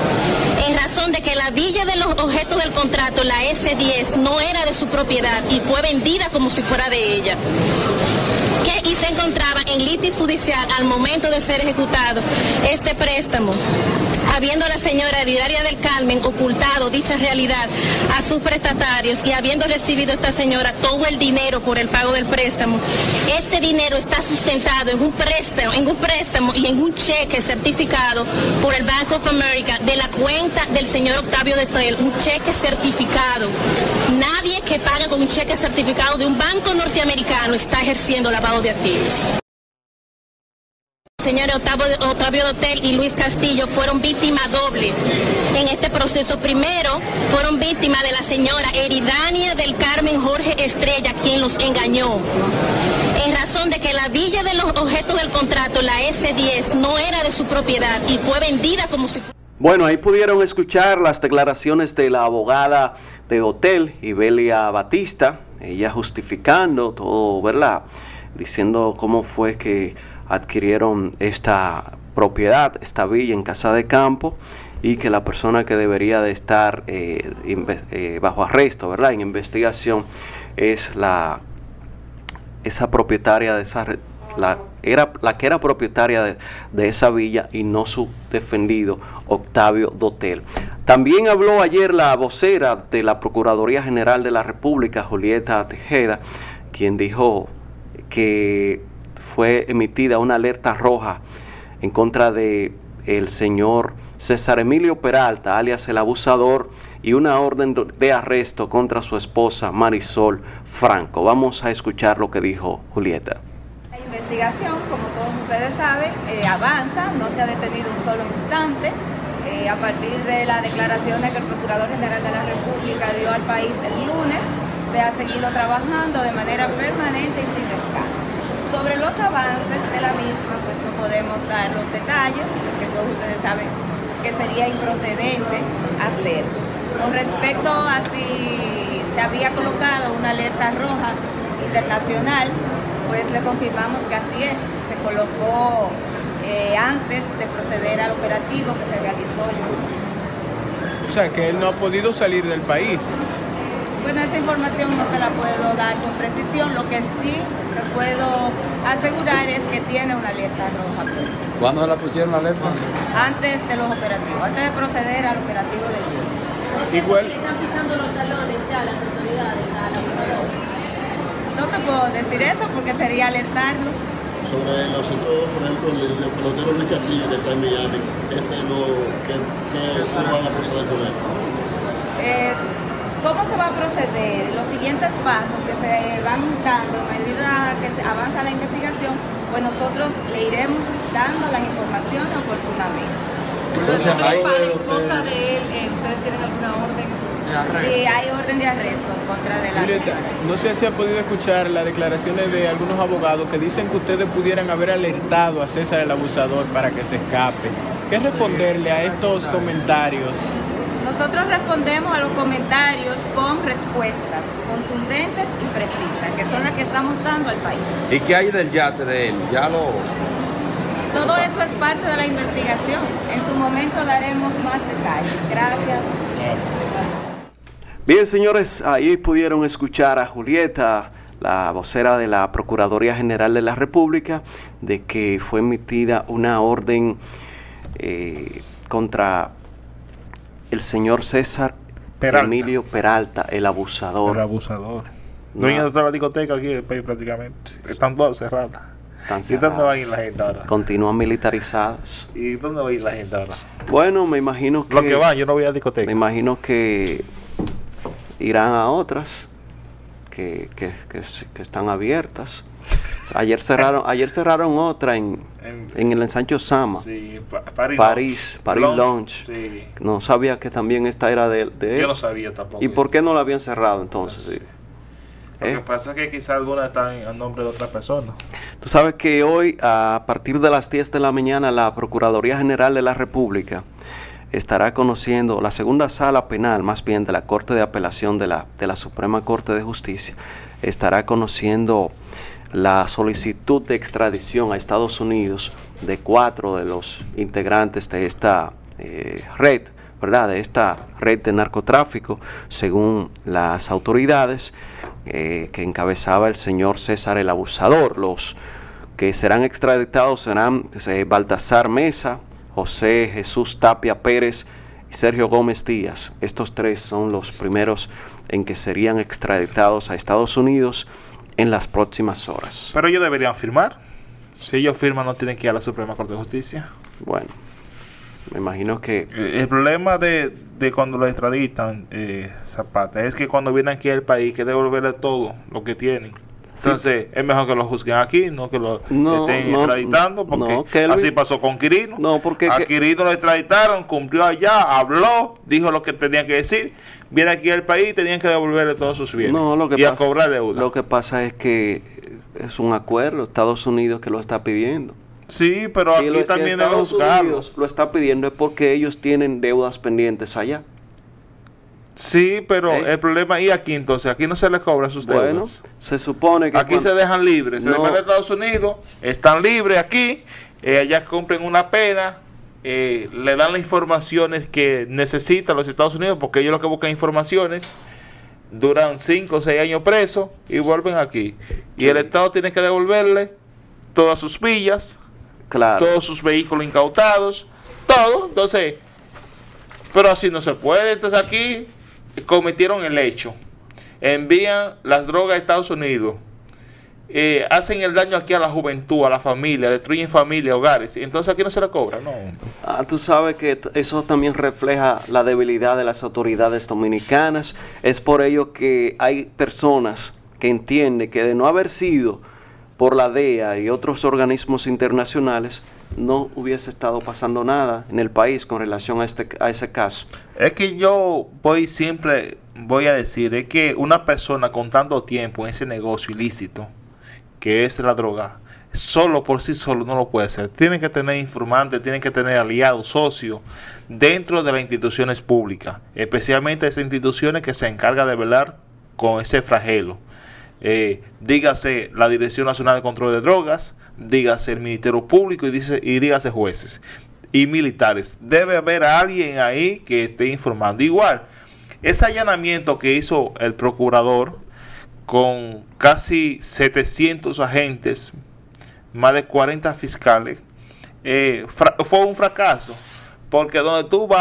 Speaker 10: En razón de que la villa de los objetos del contrato, la ese diez, no era de su propiedad y fue vendida como si fuera de ella. Que y se encontraba en litis judicial al momento de ser ejecutado este préstamo, habiendo la señora Heridaria del Carmen ocultado dicha realidad a sus prestatarios y habiendo recibido esta señora todo el dinero por el pago del préstamo. Este dinero está sustentado en un préstamo, en un préstamo y en un cheque certificado por el Bank of America de la cuenta del señor Octavio Dotel, un cheque certificado. Nadie que pague con un cheque certificado de un banco norteamericano está ejerciendo lavado de activos. Señores Octavio Dotel y Luis Castillo fueron víctimas doble en este proceso. Primero, fueron víctimas de la señora Eridania del Carmen Jorge Estrella, quien los engañó. En razón de que la villa de los objetos del contrato, la ese diez, no era de su propiedad y fue vendida como si fuera...
Speaker 1: Bueno, ahí pudieron escuchar las declaraciones de la abogada de Dotel, Ibelia Batista, ella justificando todo, ¿verdad? Diciendo cómo fue que adquirieron esta propiedad, esta villa en Casa de Campo, y que la persona que debería de estar eh, eh, bajo arresto, ¿verdad?, en investigación, es la esa propietaria de esa la era la que era propietaria de, de esa villa y no su defendido Octavio Dotel. También habló ayer la vocera de la Procuraduría General de la República, Julieta Tejeda, quien dijo que fue emitida una alerta roja en contra de el señor César Emilio Peralta, alias el abusador, y una orden de arresto contra su esposa Marisol Franco. Vamos a escuchar lo que dijo Julieta.
Speaker 11: La investigación, como todos ustedes saben, eh, avanza, no se ha detenido un solo instante. Eh, a partir de la declaración que el Procurador General de la República dio al país el lunes, se ha seguido trabajando de manera permanente y sin descanso. Sobre los avances de la misma, pues no podemos dar los detalles, porque todos ustedes saben que sería improcedente hacer. Con respecto a si se había colocado una alerta roja internacional, pues le confirmamos que así es. Se colocó eh, antes de proceder al operativo que se realizó el lunes.
Speaker 12: O sea, que él no ha podido salir del país.
Speaker 11: Bueno, esa información no te la puedo dar con precisión. Lo que sí te puedo asegurar es que tiene una alerta roja. Pues.
Speaker 12: ¿Cuándo la pusieron la alerta?
Speaker 11: Antes de los operativos, antes de proceder al operativo del lunes.
Speaker 12: Igual.
Speaker 8: Le están pisando los talones ya las autoridades al abusador.
Speaker 11: No te puedo decir eso porque sería alertarlos.
Speaker 13: Sobre los otros, por ejemplo, el, el pelotero Luis Castillo que está en Miami, ese lo, que, que se va a proceder con él.
Speaker 11: Eh, ¿Cómo se va a proceder? Los siguientes pasos que se van dando a medida que se avanza la investigación, pues nosotros le iremos dando las informaciones oportunamente.
Speaker 14: Entonces, hay para la esposa de él, eh, ¿ustedes tienen alguna orden de arresto?
Speaker 11: Sí, hay orden de arresto en contra de la
Speaker 12: Julieta,
Speaker 11: señora.
Speaker 12: no sé si ha podido escuchar las declaraciones de algunos abogados que dicen que ustedes pudieran haber alertado a César el abusador para que se escape. ¿Qué responderle a estos comentarios?
Speaker 11: Nosotros respondemos a los comentarios con respuestas contundentes y precisas, que son las que estamos dando al país.
Speaker 14: ¿Y qué hay del yate de él? Ya lo...
Speaker 11: Todo eso es parte de la investigación. En su momento daremos más detalles. Gracias.
Speaker 1: Bien, señores, ahí pudieron escuchar a Julieta, la vocera de la Procuraduría General de la República, de que fue emitida una orden eh, contra el señor César Peralta. Emilio Peralta, el abusador.
Speaker 2: El abusador. Dueño de toda la discoteca aquí del país prácticamente. Están todas cerradas. ¿Y dónde va a ir la gente ahora?
Speaker 1: Continúan militarizadas.
Speaker 2: ¿Y dónde va a ir la gente ahora?
Speaker 1: Bueno, me imagino que...
Speaker 2: Lo que va, yo no voy a discoteca.
Speaker 1: Me imagino que irán a otras que, que, que, que están abiertas. Ayer cerraron ayer cerraron otra en, en, en el ensancho Sama.
Speaker 2: Sí, pa París,
Speaker 1: París, París
Speaker 2: Lounge.
Speaker 1: Lounge.
Speaker 2: Sí.
Speaker 1: No sabía que también esta era de, de él.
Speaker 2: Yo no sabía tampoco.
Speaker 1: ¿Y por qué no la habían cerrado entonces?
Speaker 2: No sé.
Speaker 1: Sí.
Speaker 2: Lo
Speaker 1: ¿Eh?
Speaker 2: que pasa es que quizás algunas están a nombre de otras personas.
Speaker 1: Tú sabes que hoy, a partir de las diez de la mañana, la Procuraduría General de la República estará conociendo la segunda sala penal, más bien de la Corte de Apelación de la, de la Suprema Corte de Justicia, estará conociendo la solicitud de extradición a Estados Unidos de cuatro de los integrantes de esta eh, red, ¿verdad? De esta red de narcotráfico, según las autoridades eh, que encabezaba el señor César el Abusador. Los que serán extraditados serán eh, Baltasar Mesa, José Jesús Tapia Pérez y Sergio Gómez Díaz. Estos tres son los primeros en que serían extraditados a Estados Unidos en las próximas horas.
Speaker 2: Pero ellos deberían firmar. Si ellos firman, no tienen que ir a la Suprema Corte de Justicia.
Speaker 1: Bueno, me imagino que...
Speaker 2: El problema de, de cuando lo extraditan, eh, Zapata, es que cuando vienen aquí al país, que devolverle todo lo que tienen. Entonces, sí, es mejor que lo juzguen aquí, no que lo no, estén no, extraditando, porque no, que así pasó con Quirino.
Speaker 1: No, porque
Speaker 2: a
Speaker 1: que...
Speaker 2: Quirino lo extraditaron, cumplió allá, habló, dijo lo que tenía que decir, viene aquí al país y tenían que devolverle todos sus bienes
Speaker 1: no, lo que
Speaker 2: y
Speaker 1: pasa,
Speaker 2: a cobrar deuda.
Speaker 1: Lo que pasa es que es un acuerdo, Estados Unidos que lo está pidiendo.
Speaker 2: Sí, pero
Speaker 1: si
Speaker 2: aquí
Speaker 1: lo,
Speaker 2: también
Speaker 1: si Estados
Speaker 2: Unidos
Speaker 1: Unidos lo está pidiendo es porque ellos tienen deudas pendientes allá.
Speaker 2: Sí, pero ¿Eh? el problema y aquí entonces, aquí no se les cobra sus deudas.
Speaker 1: Bueno, se supone que
Speaker 2: aquí cuando... se dejan libres, se no. les van a Estados Unidos, están libres aquí, eh, allá cumplen una pena, eh, le dan las informaciones que necesitan los Estados Unidos, porque ellos lo que buscan informaciones, duran cinco o seis años presos y vuelven aquí. Y sí. el Estado tiene que devolverle todas sus villas,
Speaker 1: claro.
Speaker 2: todos sus vehículos incautados, todo, entonces, pero así no se puede, entonces aquí cometieron el hecho, envían las drogas a Estados Unidos, eh, hacen el daño aquí a la juventud, a la familia, destruyen familias, hogares, y entonces aquí no se le cobra, no.
Speaker 1: Ah, tú sabes que eso también refleja la debilidad de las autoridades dominicanas, es por ello que hay personas que entienden que de no haber sido por la D E A y otros organismos internacionales, no hubiese estado pasando nada en el país con relación a este a ese caso.
Speaker 2: Es que yo voy siempre, voy a decir, es que una persona con tanto tiempo en ese negocio ilícito, que es la droga, solo por sí solo no lo puede hacer. Tiene que tener informantes, tiene que tener aliados, socios, dentro de las instituciones públicas, especialmente esas instituciones que se encargan de velar con ese flagelo. Eh, dígase la Dirección Nacional de Control de Drogas, dígase el Ministerio Público y, dice, y dígase jueces y militares. Debe haber alguien ahí que esté informando. Igual, ese allanamiento que hizo el procurador con casi setecientos agentes, más de cuarenta fiscales, eh, fue un fracaso, porque donde tú vas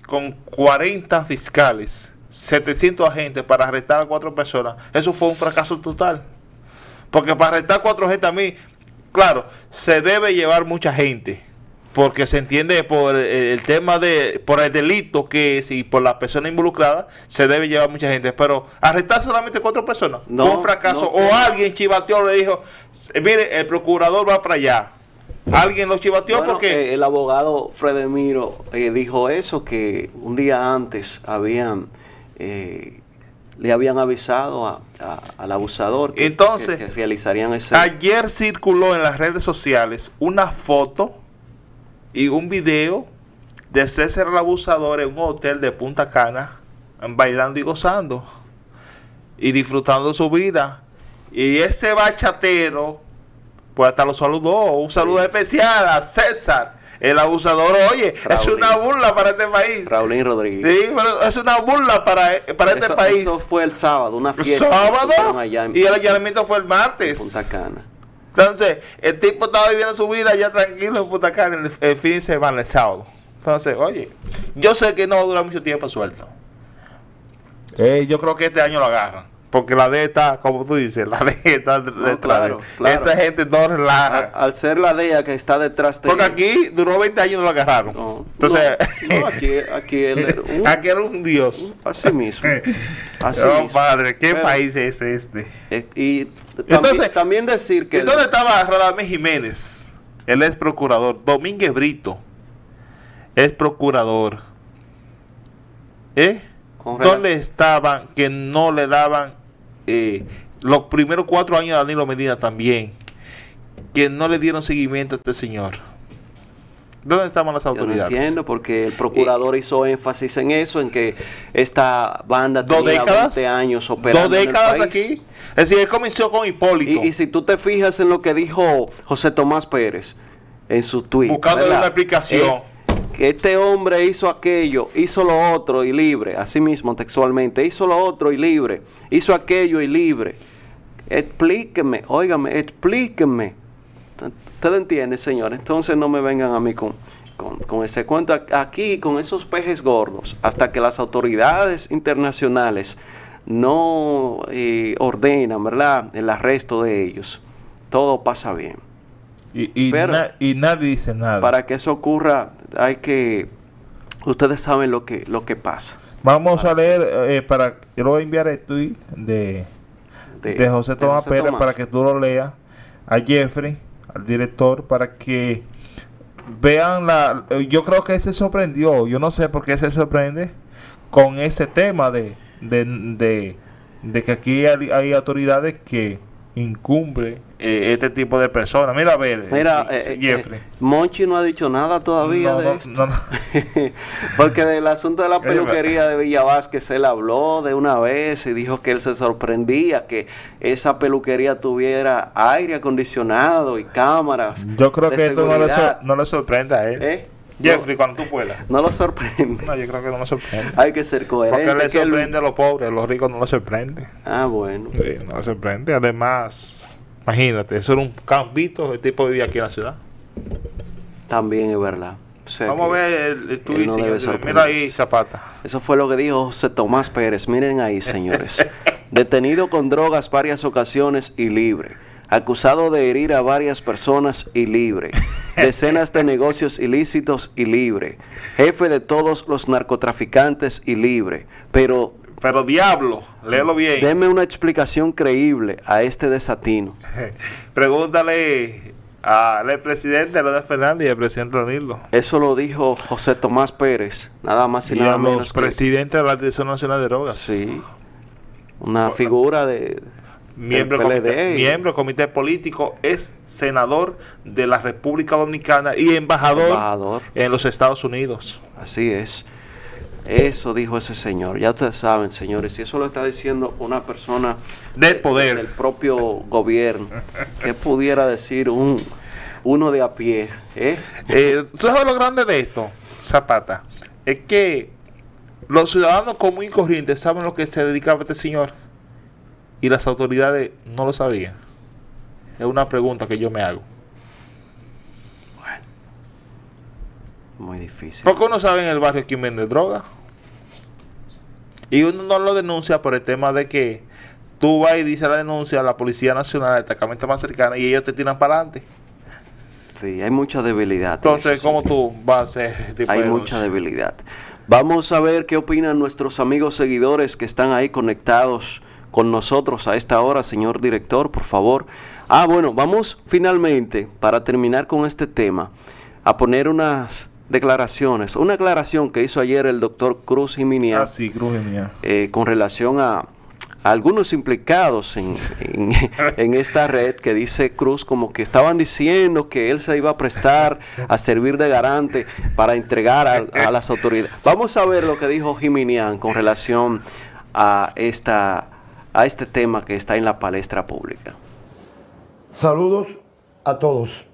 Speaker 2: con cuarenta fiscales, setecientos agentes para arrestar a cuatro personas, eso fue un fracaso total. Porque para arrestar a cuatro gente a mí, claro, se debe llevar mucha gente, porque se entiende por el, el tema de, por el delito que es y por las personas involucradas, se debe llevar mucha gente, pero arrestar solamente cuatro personas,
Speaker 1: no,
Speaker 2: fue un fracaso,
Speaker 1: no,
Speaker 2: o
Speaker 1: no.
Speaker 2: alguien chivateó, le dijo, mire, el procurador va para allá, alguien lo chivateó
Speaker 1: bueno,
Speaker 2: porque...
Speaker 1: Eh, el abogado Fredemiro eh, dijo eso, que un día antes habían... Eh, le habían avisado a, a, al abusador que,
Speaker 2: Entonces,
Speaker 1: que, que realizarían ese...
Speaker 2: Ayer circuló en las redes sociales una foto y un video de César el abusador en un hotel de Punta Cana, bailando y gozando y disfrutando su vida. Y ese bachatero, pues hasta lo saludó, un saludo sí. especial a César el abusador. Oye, Raulín. Es una burla para este país.
Speaker 1: Raulín Rodríguez.
Speaker 2: Sí, pero es una burla para, para este
Speaker 1: eso,
Speaker 2: país.
Speaker 1: Eso fue el sábado, una fiesta.
Speaker 2: ¿Sábado?
Speaker 1: Allá en,
Speaker 2: y el allanamiento fue el martes.
Speaker 1: En Punta Cana.
Speaker 2: Entonces, el tipo estaba viviendo su vida ya tranquilo en Punta Cana el, el fin de semana, el sábado. Entonces, oye, yo sé que no va a durar mucho tiempo suelto. Eh, yo creo que este año lo agarran. Porque la D está, como tú dices, la D está
Speaker 1: no,
Speaker 2: detrás
Speaker 1: claro,
Speaker 2: de
Speaker 1: claro.
Speaker 2: Esa gente no relaja.
Speaker 1: Al, al ser la D E A que está detrás de...
Speaker 2: Porque aquí duró veinte años y no lo agarraron. No, Entonces,
Speaker 1: no, no, aquí, aquí, él era un,
Speaker 2: aquí era un dios.
Speaker 1: Así mismo. Así
Speaker 2: oh,
Speaker 1: mismo.
Speaker 2: Padre, ¿qué
Speaker 1: Pero,
Speaker 2: país es este?
Speaker 1: Eh, y también,
Speaker 2: entonces,
Speaker 1: también decir que...
Speaker 2: ¿Dónde estaba Radamés Jiménez? Él es procurador. Domínguez Brito es procurador. ¿Eh? ¿Dónde estaban que no le daban eh, los primeros cuatro años de Danilo Medina también, que no le dieron seguimiento a este señor? ¿Dónde estaban las autoridades?
Speaker 1: Yo no entiendo, porque el procurador eh, hizo énfasis en eso, en que esta banda
Speaker 2: tenía décadas,
Speaker 1: veinte años operando
Speaker 2: dos décadas
Speaker 1: en el país.
Speaker 2: Aquí. Es decir, él comenzó con Hipólito.
Speaker 1: Y, y si tú te fijas en lo que dijo José Tomás Pérez en su tweet,
Speaker 2: buscando una explicación.
Speaker 1: Eh, que este hombre hizo aquello, hizo lo otro y libre, así mismo textualmente, hizo lo otro y libre, hizo aquello y libre. Explíqueme, óigame, explíqueme. ¿Usted entiende, señor? Entonces no me vengan a mí con, con, con ese cuento aquí, con esos pejes gordos, hasta que las autoridades internacionales no eh, ordenan, ¿verdad?, el arresto de ellos. Todo pasa bien.
Speaker 2: Y, y,
Speaker 1: Pero,
Speaker 2: na, y nadie dice nada.
Speaker 1: Para que eso ocurra, hay que... Ustedes saben lo que lo que pasa.
Speaker 2: Vamos a leer, eh, para yo lo voy a enviar el tweet de, de, de José Tomás Pérez Tomás. Para que tú lo leas, a Jeffrey, al director, para que vean la... Yo creo que se sorprendió, yo no sé por qué se sorprende con ese tema de, de, de, de que aquí hay, hay autoridades que incumple eh, este tipo de personas. Mira, a ver,
Speaker 1: Mira,
Speaker 2: eh,
Speaker 1: eh,
Speaker 2: Jeffrey.
Speaker 1: Eh, Monchi no ha dicho nada todavía
Speaker 2: no,
Speaker 1: de
Speaker 2: no,
Speaker 1: esto.
Speaker 2: No, no.
Speaker 1: Porque del asunto de la peluquería de Villa Vázquez él habló de una vez y dijo que él se sorprendía que esa peluquería tuviera aire acondicionado y cámaras.
Speaker 2: Yo creo que esto no le, so, no le sorprende a él.
Speaker 1: ¿Eh?
Speaker 2: Jeffrey, no, cuando tú puedas.
Speaker 1: No lo sorprende.
Speaker 2: No, yo creo que no lo sorprende.
Speaker 1: Hay que ser coherente.
Speaker 2: Porque le sorprende él... a los pobres, a los ricos no lo sorprende.
Speaker 1: Ah, bueno.
Speaker 2: Sí, no lo sorprende. Además, imagínate, eso era un campito, el tipo vivía aquí en la ciudad.
Speaker 1: También es verdad. O sea,
Speaker 2: vamos a ver el, el tweet,
Speaker 1: no
Speaker 2: señor. Mira ahí, Zapata.
Speaker 1: Eso fue lo que dijo José Tomás Pérez. Miren ahí, señores. Detenido con drogas varias ocasiones y libre. Acusado de herir a varias personas y libre. Decenas de negocios ilícitos y libre. Jefe de todos los narcotraficantes y libre. Pero...
Speaker 2: Pero diablo, léelo bien.
Speaker 1: Deme una explicación creíble a este desatino.
Speaker 2: Pregúntale al expresidente Leonel Fernández y al presidente Danilo.
Speaker 1: Eso lo dijo José Tomás Pérez. Nada más y,
Speaker 2: y
Speaker 1: nada
Speaker 2: a
Speaker 1: menos.
Speaker 2: los presidentes que... de la Dirección Nacional de Drogas.
Speaker 1: Sí. Una bueno, figura de...
Speaker 2: Miembro del comité, miembro del comité político, es senador de la República Dominicana y embajador,
Speaker 1: embajador
Speaker 2: en los Estados Unidos.
Speaker 1: Así es. Eso dijo ese señor. Ya ustedes saben, señores, y eso lo está diciendo una persona
Speaker 2: del poder,
Speaker 1: del propio gobierno. ¿Qué pudiera decir un uno de a pie? ¿eh?
Speaker 2: Eh, ¿Tú sabes lo grande de esto, Zapata? Es que los ciudadanos comunes y corrientes saben lo que se dedicaba este señor y las autoridades no lo sabían. Es una pregunta que yo me hago.
Speaker 1: Bueno, Muy difícil.
Speaker 2: Porque uno sabe en el barrio quién vende droga. Y uno no lo denuncia por el tema de que tú vas y dices la denuncia a la Policía Nacional, al destacamento más cercano, y ellos te tiran para adelante.
Speaker 1: Sí, hay mucha debilidad.
Speaker 2: Entonces,
Speaker 1: eso,
Speaker 2: ¿cómo
Speaker 1: sí.
Speaker 2: tú vas a hacer ese tipo
Speaker 1: Hay
Speaker 2: de
Speaker 1: mucha
Speaker 2: denuncia?
Speaker 1: debilidad. Vamos a ver qué opinan nuestros amigos seguidores que están ahí conectados con nosotros a esta hora, señor director, por favor. Ah, bueno, vamos finalmente, para terminar con este tema, a poner unas declaraciones. Una aclaración que hizo ayer el doctor Cruz Jiménez.
Speaker 2: Ah, sí, Cruz Jiménez.
Speaker 1: Eh, con relación a, a algunos implicados en, en, en esta red, que dice Cruz como que estaban diciendo que él se iba a prestar a servir de garante para entregar a, a las autoridades. Vamos a ver lo que dijo Jiménez con relación a esta a este tema que está en la palestra pública.
Speaker 15: Saludos a todos.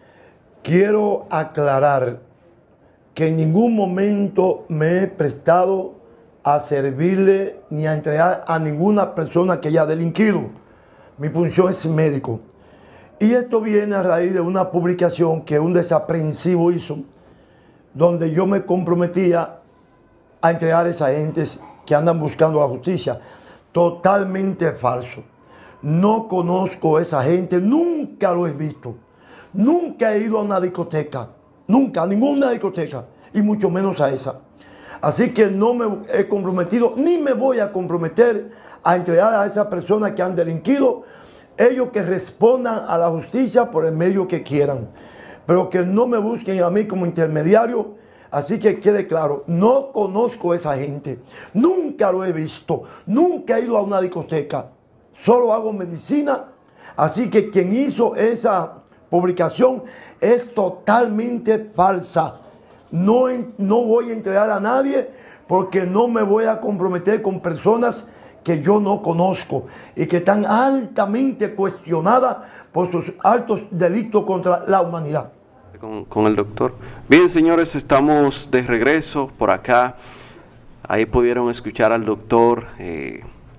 Speaker 15: Quiero aclarar que en ningún momento me he prestado a servirle ni a entregar a ninguna persona que haya delinquido. Mi función es médico. Y esto viene a raíz de una publicación que un desaprensivo hizo, donde yo me comprometía a entregar a esas gentes que andan buscando la justicia. Totalmente falso. No conozco a esa gente, nunca lo he visto. Nunca he ido a una discoteca, nunca, a ninguna discoteca, y mucho menos a esa. Así que no me he comprometido, ni me voy a comprometer a entregar a esas personas que han delinquido, ellos que respondan a la justicia por el medio que quieran, pero que no me busquen a mí como intermediario. Así que quede claro, no conozco a esa gente, nunca lo he visto, nunca he ido a una discoteca, solo hago medicina. Así que quien hizo esa publicación es totalmente falsa. No, no voy a entregar a nadie porque no me voy a comprometer con personas que yo no conozco y que están altamente cuestionadas por sus altos delitos contra la humanidad.
Speaker 1: Con, con el doctor. Bien, señores, estamos de regreso por acá. Ahí pudieron escuchar al doctor eh,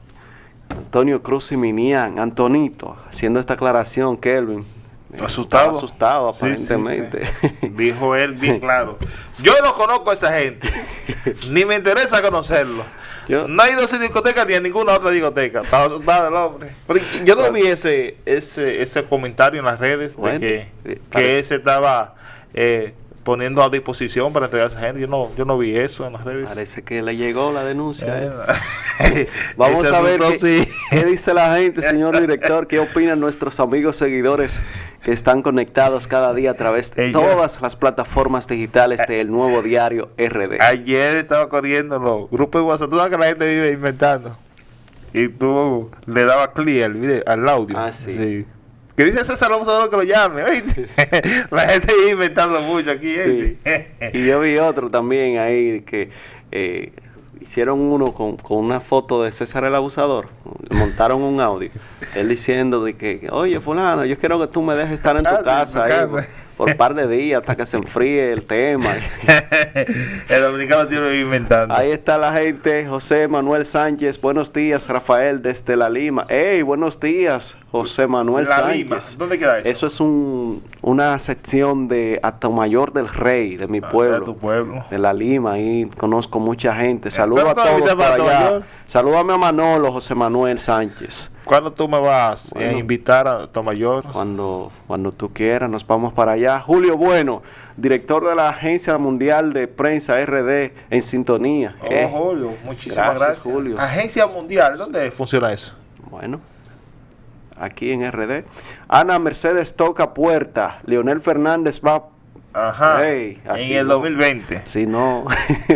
Speaker 1: Antonio Cruz y Minian, Antonito, haciendo esta aclaración. Kelvin.
Speaker 2: Asustado.
Speaker 1: Estaba asustado,
Speaker 2: Sí,
Speaker 1: aparentemente.
Speaker 2: sí, sí. Dijo él bien claro. Yo no conozco a esa gente, ni me interesa conocerlo. Yo no he ido a esa discoteca ni a ninguna otra discoteca. Estaba asustado el hombre. Pero yo no vi ese, ese, ese comentario en las redes
Speaker 1: Bueno,
Speaker 2: de que,
Speaker 1: eh,
Speaker 2: que él se estaba eh, poniendo a disposición para entregar a esa gente. Yo no, yo no vi eso en las redes.
Speaker 1: Parece que le llegó la denuncia.
Speaker 2: Eh.
Speaker 1: Vamos
Speaker 2: Ese
Speaker 1: a ver
Speaker 2: asunto,
Speaker 1: qué,
Speaker 2: sí.
Speaker 1: qué dice la gente, señor director, qué opinan nuestros amigos seguidores que están conectados cada día a través de
Speaker 2: Ella.
Speaker 1: todas las plataformas digitales del Nuevo Diario R D.
Speaker 2: Ayer estaba corriendo los grupos de WhatsApp. Tú sabes que la gente vive inventando. Y tú le dabas clic al, video, al audio.
Speaker 1: Ah, sí.
Speaker 2: Sí. Que dice César, vamos a ver que lo llame. ¿Oíste? La gente vive inventando mucho aquí.
Speaker 1: Sí.
Speaker 2: ¿eh?
Speaker 1: Y yo vi otro también ahí que eh, hicieron uno con, con una foto de César el Abusador. Montaron un audio. Él diciendo de que, oye, fulano, yo quiero que tú me dejes estar en tu
Speaker 2: Ah, sí,
Speaker 1: casa
Speaker 2: en tu
Speaker 1: ahí,
Speaker 2: casa.
Speaker 1: por, por un par de días hasta que se enfríe el tema.
Speaker 2: El dominicano siempre vive inventando.
Speaker 1: Ahí está la gente. José Manuel Sánchez. Buenos días, Rafael, desde La Lima. ¡Ey, buenos días, José Manuel
Speaker 2: La
Speaker 1: Sánchez!
Speaker 2: Lima. ¿Dónde queda eso?
Speaker 1: Eso es un, una sección de Atomayor del Rey, de mi
Speaker 2: Ah,
Speaker 1: pueblo.
Speaker 2: de tu pueblo.
Speaker 1: De La Lima. Ahí conozco mucha gente. Saludos
Speaker 2: ¿Pero
Speaker 1: a
Speaker 2: tú
Speaker 1: todos
Speaker 2: habitas
Speaker 1: por
Speaker 2: para
Speaker 1: allá.
Speaker 2: Atomayor?
Speaker 1: Salúdame a Manolo, José Manuel Sánchez.
Speaker 2: ¿Cuándo tú me vas a
Speaker 1: Bueno.
Speaker 2: invitar a Tomayor?
Speaker 1: Cuando, cuando tú quieras, nos vamos para allá. Julio Bueno, director de la Agencia Mundial de Prensa R D, en sintonía.
Speaker 2: Oh,
Speaker 1: Eh,
Speaker 2: Julio, muchísimas
Speaker 1: gracias,
Speaker 2: gracias.
Speaker 1: Julio.
Speaker 2: Agencia Mundial, ¿dónde funciona eso?
Speaker 1: Bueno, aquí en R D. Ana Mercedes toca puerta. Leonel Fernández va.
Speaker 2: Ajá.
Speaker 1: Ey, así
Speaker 2: en el
Speaker 1: no.
Speaker 2: dos mil veinte.
Speaker 1: Si no.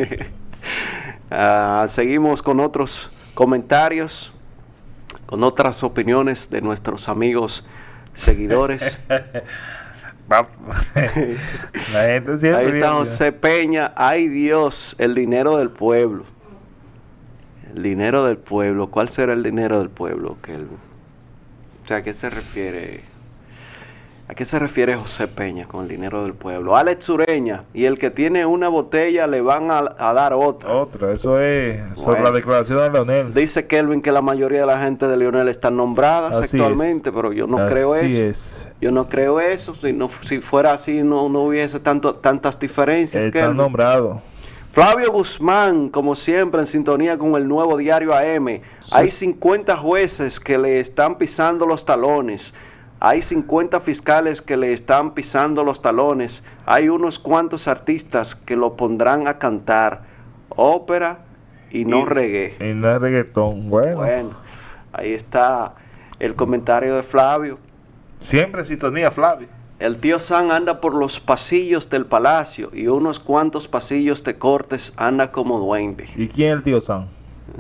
Speaker 1: Ah, seguimos con otros comentarios, con otras opiniones de nuestros amigos seguidores.
Speaker 2: La gente siempre
Speaker 1: Ahí está
Speaker 2: viene.
Speaker 1: José Peña. Ay Dios, el dinero del pueblo. El dinero del pueblo. ¿Cuál será el dinero del pueblo? Que el- o sea, ¿a qué se refiere? ¿A qué se refiere José Peña con el dinero del pueblo? Alex Ureña, y el que tiene una botella le van a, a dar otra.
Speaker 2: Otra, eso es sobre
Speaker 1: Bueno,
Speaker 2: la declaración de Leonel.
Speaker 1: Dice Kelvin que la mayoría de la gente de Leonel están nombradas
Speaker 2: Así
Speaker 1: actualmente,
Speaker 2: es.
Speaker 1: pero yo no
Speaker 2: Así
Speaker 1: creo eso.
Speaker 2: es.
Speaker 1: Yo no creo eso. Si, no, si fuera así, no, no hubiese tanto, tantas diferencias.
Speaker 2: Están
Speaker 1: Kelvin.
Speaker 2: nombrados.
Speaker 1: Flavio Guzmán, como siempre, en sintonía con el Nuevo Diario A M. Hay cincuenta jueces que le están pisando los talones. Hay cincuenta fiscales que le están pisando los talones. Hay unos cuantos artistas que lo pondrán a cantar ópera y no
Speaker 2: Y-
Speaker 1: reggae.
Speaker 2: Y no es reggaetón. Bueno,
Speaker 1: Bueno, ahí está el comentario de Flavio.
Speaker 2: siempre en sintonía, Flavio.
Speaker 1: El tío San anda por los pasillos del palacio y unos cuantos pasillos de Cortes anda como duende.
Speaker 2: ¿Y quién es el tío San?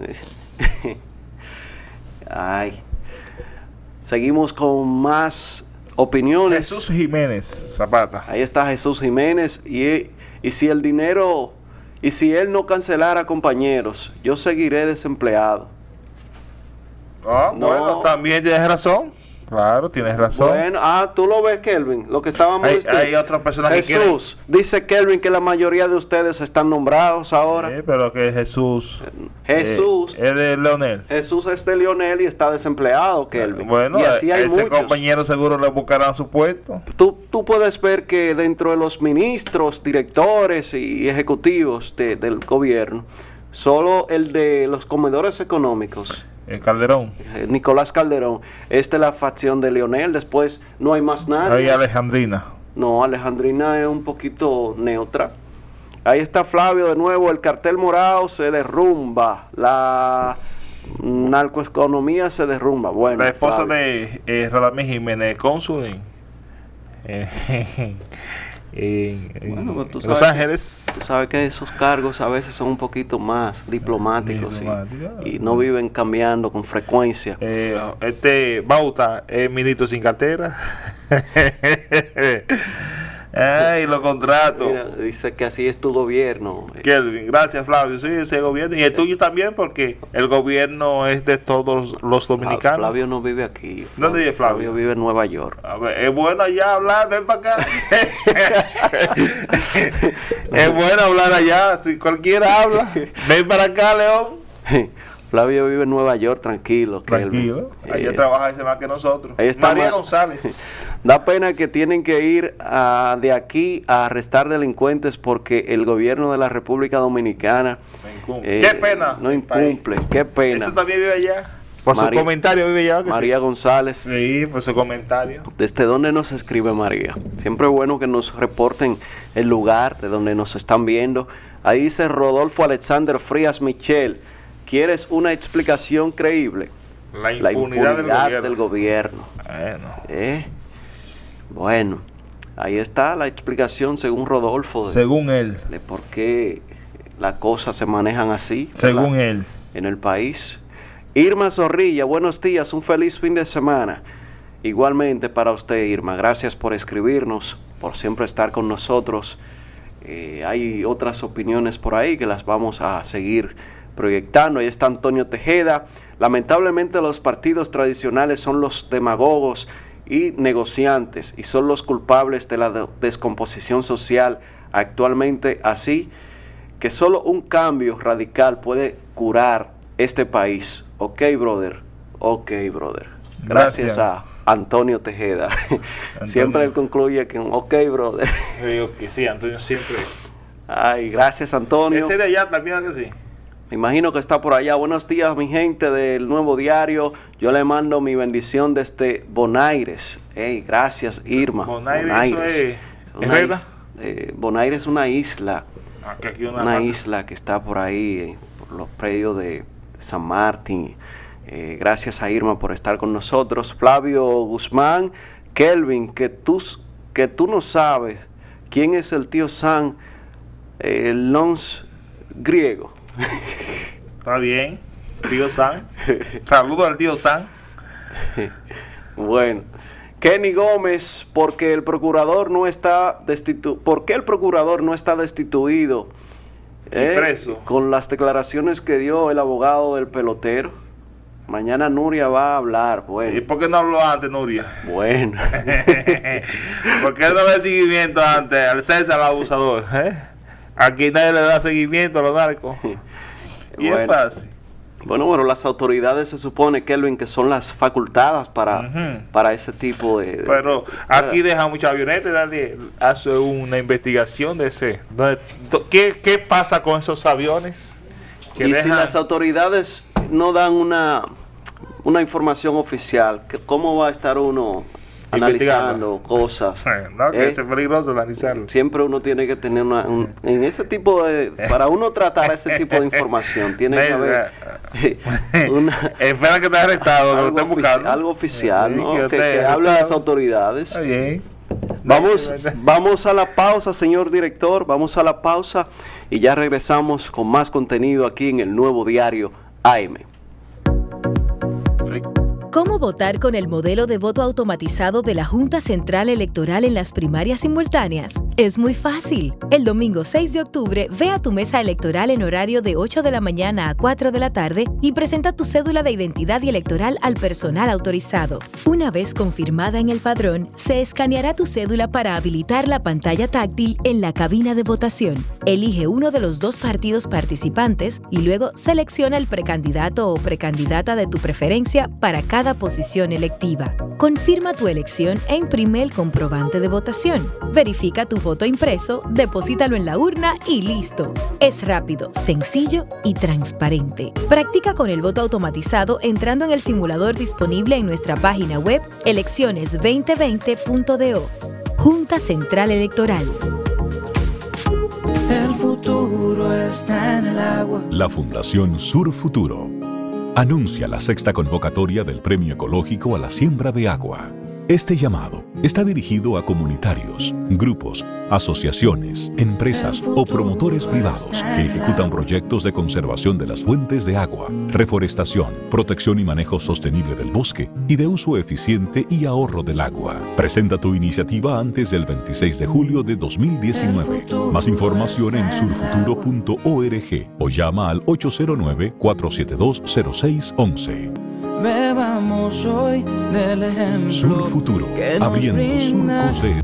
Speaker 1: Ay. Seguimos con más opiniones.
Speaker 2: Jesús Jiménez Zapata.
Speaker 1: Ahí está Jesús Jiménez. Y, y si el dinero, y si él no cancelara, compañeros, yo seguiré desempleado.
Speaker 2: Ah,
Speaker 1: No.
Speaker 2: bueno, también tienes razón. Claro, tienes razón.
Speaker 1: Bueno, ah, tú lo ves, Kelvin, lo que estábamos
Speaker 2: hay,
Speaker 1: diciendo.
Speaker 2: hay otra persona que quiere.
Speaker 1: Jesús, dice Kelvin que la mayoría de ustedes están nombrados ahora.
Speaker 2: Sí, pero que Jesús.
Speaker 1: Jesús.
Speaker 2: eh, es de Leonel.
Speaker 1: Jesús es de Lionel y está desempleado, Kelvin.
Speaker 2: Bueno,
Speaker 1: y así
Speaker 2: a
Speaker 1: hay
Speaker 2: ese
Speaker 1: muchos.
Speaker 2: compañero seguro le buscarán su puesto.
Speaker 1: Tú, tú puedes ver que dentro de los ministros, directores y ejecutivos de- del gobierno, solo el de los comedores económicos,
Speaker 2: El Calderón.
Speaker 1: eh, Nicolás Calderón, es de la facción de Lionel. Después no hay más nadie.
Speaker 2: Ahí Alejandrina.
Speaker 1: No, Alejandrina es un poquito neutra. Ahí está Flavio de nuevo. El cartel morado se derrumba. La narcoeconomía se derrumba. Bueno,
Speaker 2: La esposa
Speaker 1: Flavio.
Speaker 2: de eh, Radamés Jiménez, cónsul en, eh, en- en
Speaker 1: Bueno, pues tú
Speaker 2: Los
Speaker 1: sabes que-
Speaker 2: Ángeles.
Speaker 1: Tú sabes que esos cargos a veces son un poquito más diplomáticos y-
Speaker 2: Diplomática.
Speaker 1: y, no viven cambiando con frecuencia.
Speaker 2: Eh, este Bauta es ministro sin cartera. Ay, lo contrato.
Speaker 1: Mira, dice que así es tu gobierno.
Speaker 2: Kelvin, gracias Flavio. Sí, ese gobierno. Y el tuyo también, porque el gobierno es de todos los dominicanos.
Speaker 1: Flavio no vive aquí.
Speaker 2: ¿Dónde vive Flavio?
Speaker 1: Flavio vive en Nueva York.
Speaker 2: A ver, es bueno allá hablar, ven para acá. Es bueno hablar allá, si cualquiera habla. Ven para acá, León.
Speaker 1: Flavio vive en Nueva York, tranquilo. Kelvin.
Speaker 2: Tranquilo, allá
Speaker 1: Eh,
Speaker 2: trabaja ese más que nosotros.
Speaker 1: ahí está
Speaker 2: María
Speaker 1: Ma-
Speaker 2: González.
Speaker 1: Da pena que tienen que ir a- de aquí a arrestar delincuentes porque el gobierno de la República Dominicana eh,
Speaker 2: Qué pena.
Speaker 1: no incumple. Qué pena.
Speaker 2: Eso también vive allá. Por su
Speaker 1: María-
Speaker 2: comentario vive allá. que
Speaker 1: María
Speaker 2: sí.
Speaker 1: González.
Speaker 2: Sí, por su comentario.
Speaker 1: ¿Desde dónde nos escribe María? Siempre es bueno que nos reporten el lugar de donde nos están viendo. Ahí dice Rodolfo Alexander Frías Michel. ¿Quieres una explicación creíble?
Speaker 2: La impunidad, del gobierno.
Speaker 1: del gobierno.
Speaker 2: Bueno.
Speaker 1: ¿Eh? Bueno, ahí está la explicación según Rodolfo de,
Speaker 2: Según él.
Speaker 1: de por qué las cosas se manejan así.
Speaker 2: Según
Speaker 1: ¿verdad?
Speaker 2: él.
Speaker 1: En el país. Irma Zorrilla, buenos días, un feliz fin de semana. Igualmente para usted, Irma, gracias por escribirnos, por siempre estar con nosotros. Eh, hay otras opiniones por ahí que las vamos a seguir proyectando. Ahí está Antonio Tejeda. Lamentablemente los partidos tradicionales son los demagogos y negociantes y son los culpables de la de- descomposición social actualmente, así que solo un cambio radical puede curar este país. Ok, brother. Ok, brother. Gracias,
Speaker 2: Gracias.
Speaker 1: a Antonio Tejeda. Siempre él concluye que ok, brother.
Speaker 2: Yo digo que sí, Antonio siempre.
Speaker 1: Ay, gracias, Antonio.
Speaker 2: Ese de allá también que sí.
Speaker 1: Me imagino que está por allá. Buenos días, mi gente del Nuevo Diario. Yo le mando mi bendición desde Bonaires. Hey, gracias, Irma.
Speaker 2: Bonaire, eso es- ¿es
Speaker 1: Una
Speaker 2: verdad?
Speaker 1: is- eh, Bonaire es una isla.
Speaker 2: Ah, que aquí una
Speaker 1: Una
Speaker 2: parte.
Speaker 1: isla que está por ahí, eh, por los predios de San Martín. Eh, gracias a Irma por estar con nosotros. Flavio Guzmán, Kelvin, que tú, s- que tú no sabes quién es el tío San, eh, el nons griego.
Speaker 2: Está bien. Tío San. Saludos al tío San.
Speaker 1: Bueno, Kenny Gómez, porque el procurador no está destituido, ¿por qué el procurador no está destituido?
Speaker 2: Y preso.
Speaker 1: Con las declaraciones que dio el abogado del pelotero. mañana Nuria va a hablar. Bueno.
Speaker 2: ¿Y por qué no habló antes, Nuria?
Speaker 1: Bueno.
Speaker 2: ¿Por qué no le seguimiento antes al César, al abusador? ¿Eh? Aquí nadie le da seguimiento a los narcos. Y
Speaker 1: bueno.
Speaker 2: es fácil.
Speaker 1: Bueno, bueno, las autoridades se supone, Kelvin, que son las facultadas para, uh-huh. para ese tipo de... de
Speaker 2: Pero aquí deja mucha avioneta, nadie hace una investigación de ese... ¿Qué, qué pasa con esos aviones?
Speaker 1: Que y dejan... si las autoridades no dan una, una información oficial, ¿cómo va a estar uno analizando cosas?
Speaker 2: No, que eh, es peligroso analizarlo.
Speaker 1: Siempre uno tiene que tener una... Un, en ese tipo de... Para uno tratar ese tipo de información, tiene que haber...
Speaker 2: una, espera que te haya arrestado,
Speaker 1: algo,
Speaker 2: que
Speaker 1: ofici algo oficial, ¿no? Que, que, que hablen las autoridades. Oye. Vamos, vamos a la pausa, señor director, vamos a la pausa y ya regresamos con más contenido aquí en el Nuevo Diario A M.
Speaker 16: ¿Cómo votar con el modelo de voto automatizado de la Junta Central Electoral en las primarias simultáneas? Es muy fácil. El domingo seis de octubre, ve a tu mesa electoral en horario de ocho de la mañana a cuatro de la tarde y presenta tu cédula de identidad y electoral al personal autorizado. Una vez confirmada en el padrón, se escaneará tu cédula para habilitar la pantalla táctil en la cabina de votación. Elige uno de los dos partidos participantes y luego selecciona el precandidato o precandidata de tu preferencia para cada cada posición electiva. Confirma tu elección e imprime el comprobante de votación. Verifica tu voto impreso, deposítalo en la urna y listo. Es rápido, sencillo y transparente. Practica con el voto automatizado entrando en el simulador disponible en nuestra página web elecciones veinte veinte punto do. Junta Central Electoral.
Speaker 17: El futuro está en el agua.
Speaker 18: La Fundación Sur Futuro anuncia la sexta convocatoria del Premio Ecológico a la Siembra de Agua. Este llamado está dirigido a comunitarios, grupos, asociaciones, empresas o promotores privados que ejecutan proyectos de conservación de las fuentes de agua, reforestación, protección y manejo sostenible del bosque y de uso eficiente y ahorro del agua. Presenta tu iniciativa antes del veintiséis de julio de dos mil diecinueve. Más información en surfuturo punto org o llama al ocho cero nueve, cuatro siete dos, cero seis uno uno.
Speaker 17: Bebamos hoy del ejemplo.
Speaker 18: Sur Futuro, abriendo surcos de...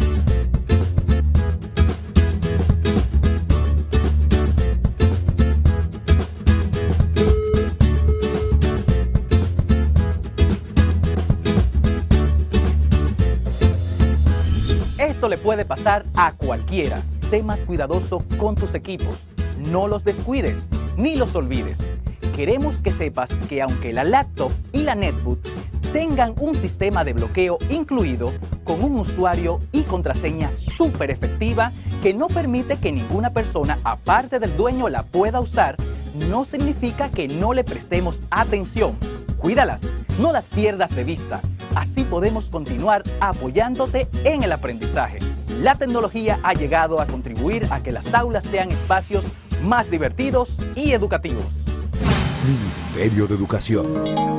Speaker 19: Esto le puede pasar a cualquiera. Sé más cuidadoso con tus equipos. No los descuides, ni los olvides. Queremos que sepas que aunque la laptop y la netbook tengan un sistema de bloqueo incluido con un usuario y contraseña súper efectiva que no permite que ninguna persona aparte del dueño la pueda usar, no significa que no le prestemos atención. Cuídalas, no las pierdas de vista. Así podemos continuar apoyándote en el aprendizaje. La tecnología ha llegado a contribuir a que las aulas sean espacios más divertidos y educativos.
Speaker 20: Ministerio de Educación.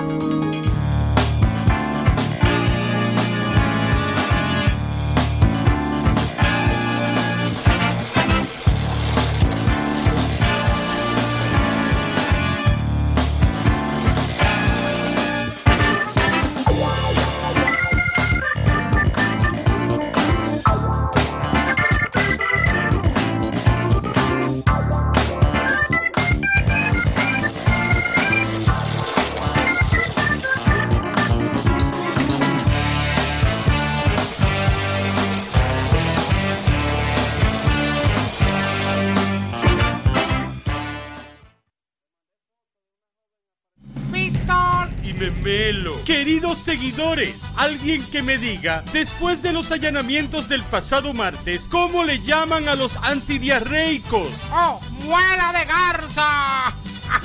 Speaker 21: Queridos seguidores, alguien que me diga, después de los allanamientos del pasado martes, ¿cómo le llaman a los antidiarreicos?
Speaker 6: ¡Oh, muela de garza!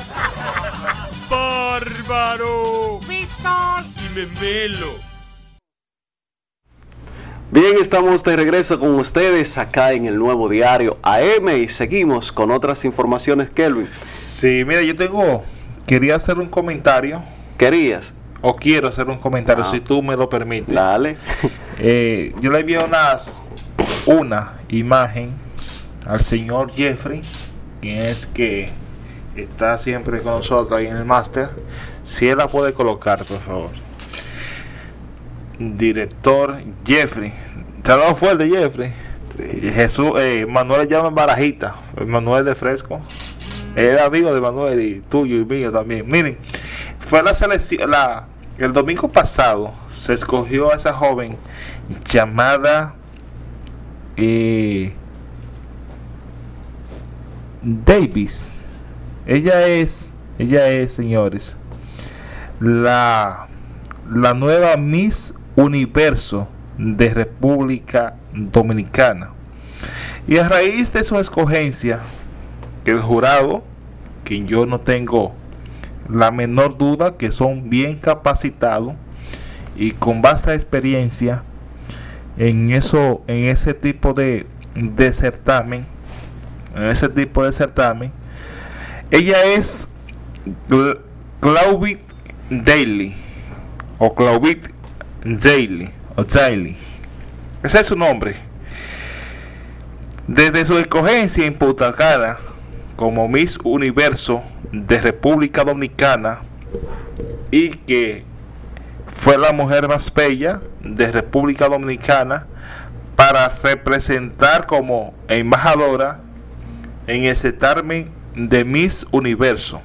Speaker 21: ¡Bárbaro!
Speaker 6: ¡Pistol!
Speaker 21: Y memelo.
Speaker 1: Bien, estamos de regreso con ustedes acá en el Nuevo Diario A M y seguimos con otras informaciones, Kelvin.
Speaker 2: Sí, mira, yo tengo, quería hacer un comentario.
Speaker 1: ¿Querías?
Speaker 2: O quiero hacer un comentario, ah, si tú me lo permites.
Speaker 1: Dale.
Speaker 2: eh, yo le envié unas, una imagen al señor Jeffrey, quien es que está siempre con nosotros ahí en el máster. Si él la puede colocar, por favor. Director Jeffrey. Saludos fuerte, Jeffrey. Jesús, eh, Manuel llama Barajita. Manuel de Fresco. Era amigo de Manuel y tuyo y mío también. Miren, fue la selección, la, el domingo pasado se escogió a esa joven llamada eh, Davis. Ella es, ella es, señores, la, la nueva Miss Universo de República Dominicana. Y a raíz de su escogencia, el jurado, que yo no tengo la menor duda que son bien capacitados y con vasta experiencia en eso, en ese tipo de, de certamen, en ese tipo de certamen, ella es Claudette Daly o Claudette Daly o Daly, ese es su nombre. Desde su escogencia en Punta Cana como Miss Universo de República Dominicana, y que fue la mujer más bella de República Dominicana para representar como embajadora en el certamen de Miss Universo.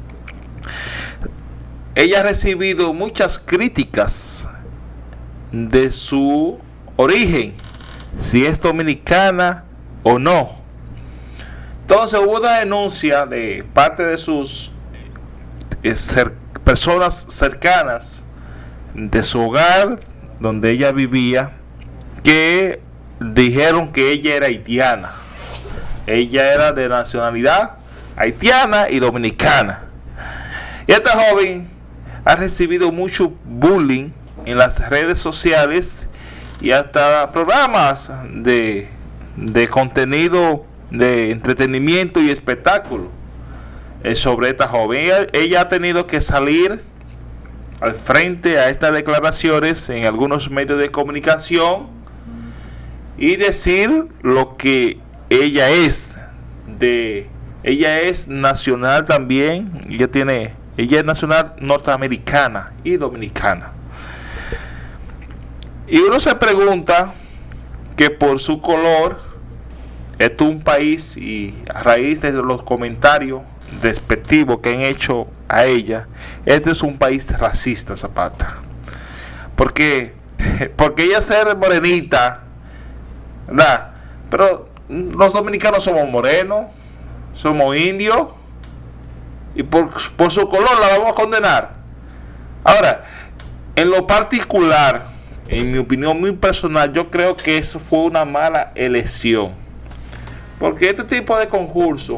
Speaker 2: Ella ha recibido muchas críticas de su origen, si es dominicana o no. Entonces hubo una denuncia de parte de sus eh, cer personas cercanas de su hogar donde ella vivía, que dijeron que ella era haitiana. Ella era de nacionalidad haitiana y dominicana. Y esta joven ha recibido mucho bullying en las redes sociales y hasta programas de, de contenido de entretenimiento y espectáculo eh, sobre esta joven. Ella, ella ha tenido que salir al frente a estas declaraciones en algunos medios de comunicación y decir lo que ella es. De ella es nacional también. Ella tiene, ella es nacional norteamericana y dominicana. Y uno se pregunta que por su color, esto es un país, y a raíz de los comentarios despectivos que han hecho a ella, este es un país racista, Zapata. Porque, porque ella ser morenita, ¿verdad? Pero los dominicanos somos morenos, somos indios, y por, por su color la vamos a condenar. Ahora, en lo particular, en mi opinión muy personal, yo creo que eso fue una mala elección. Porque este tipo de concurso,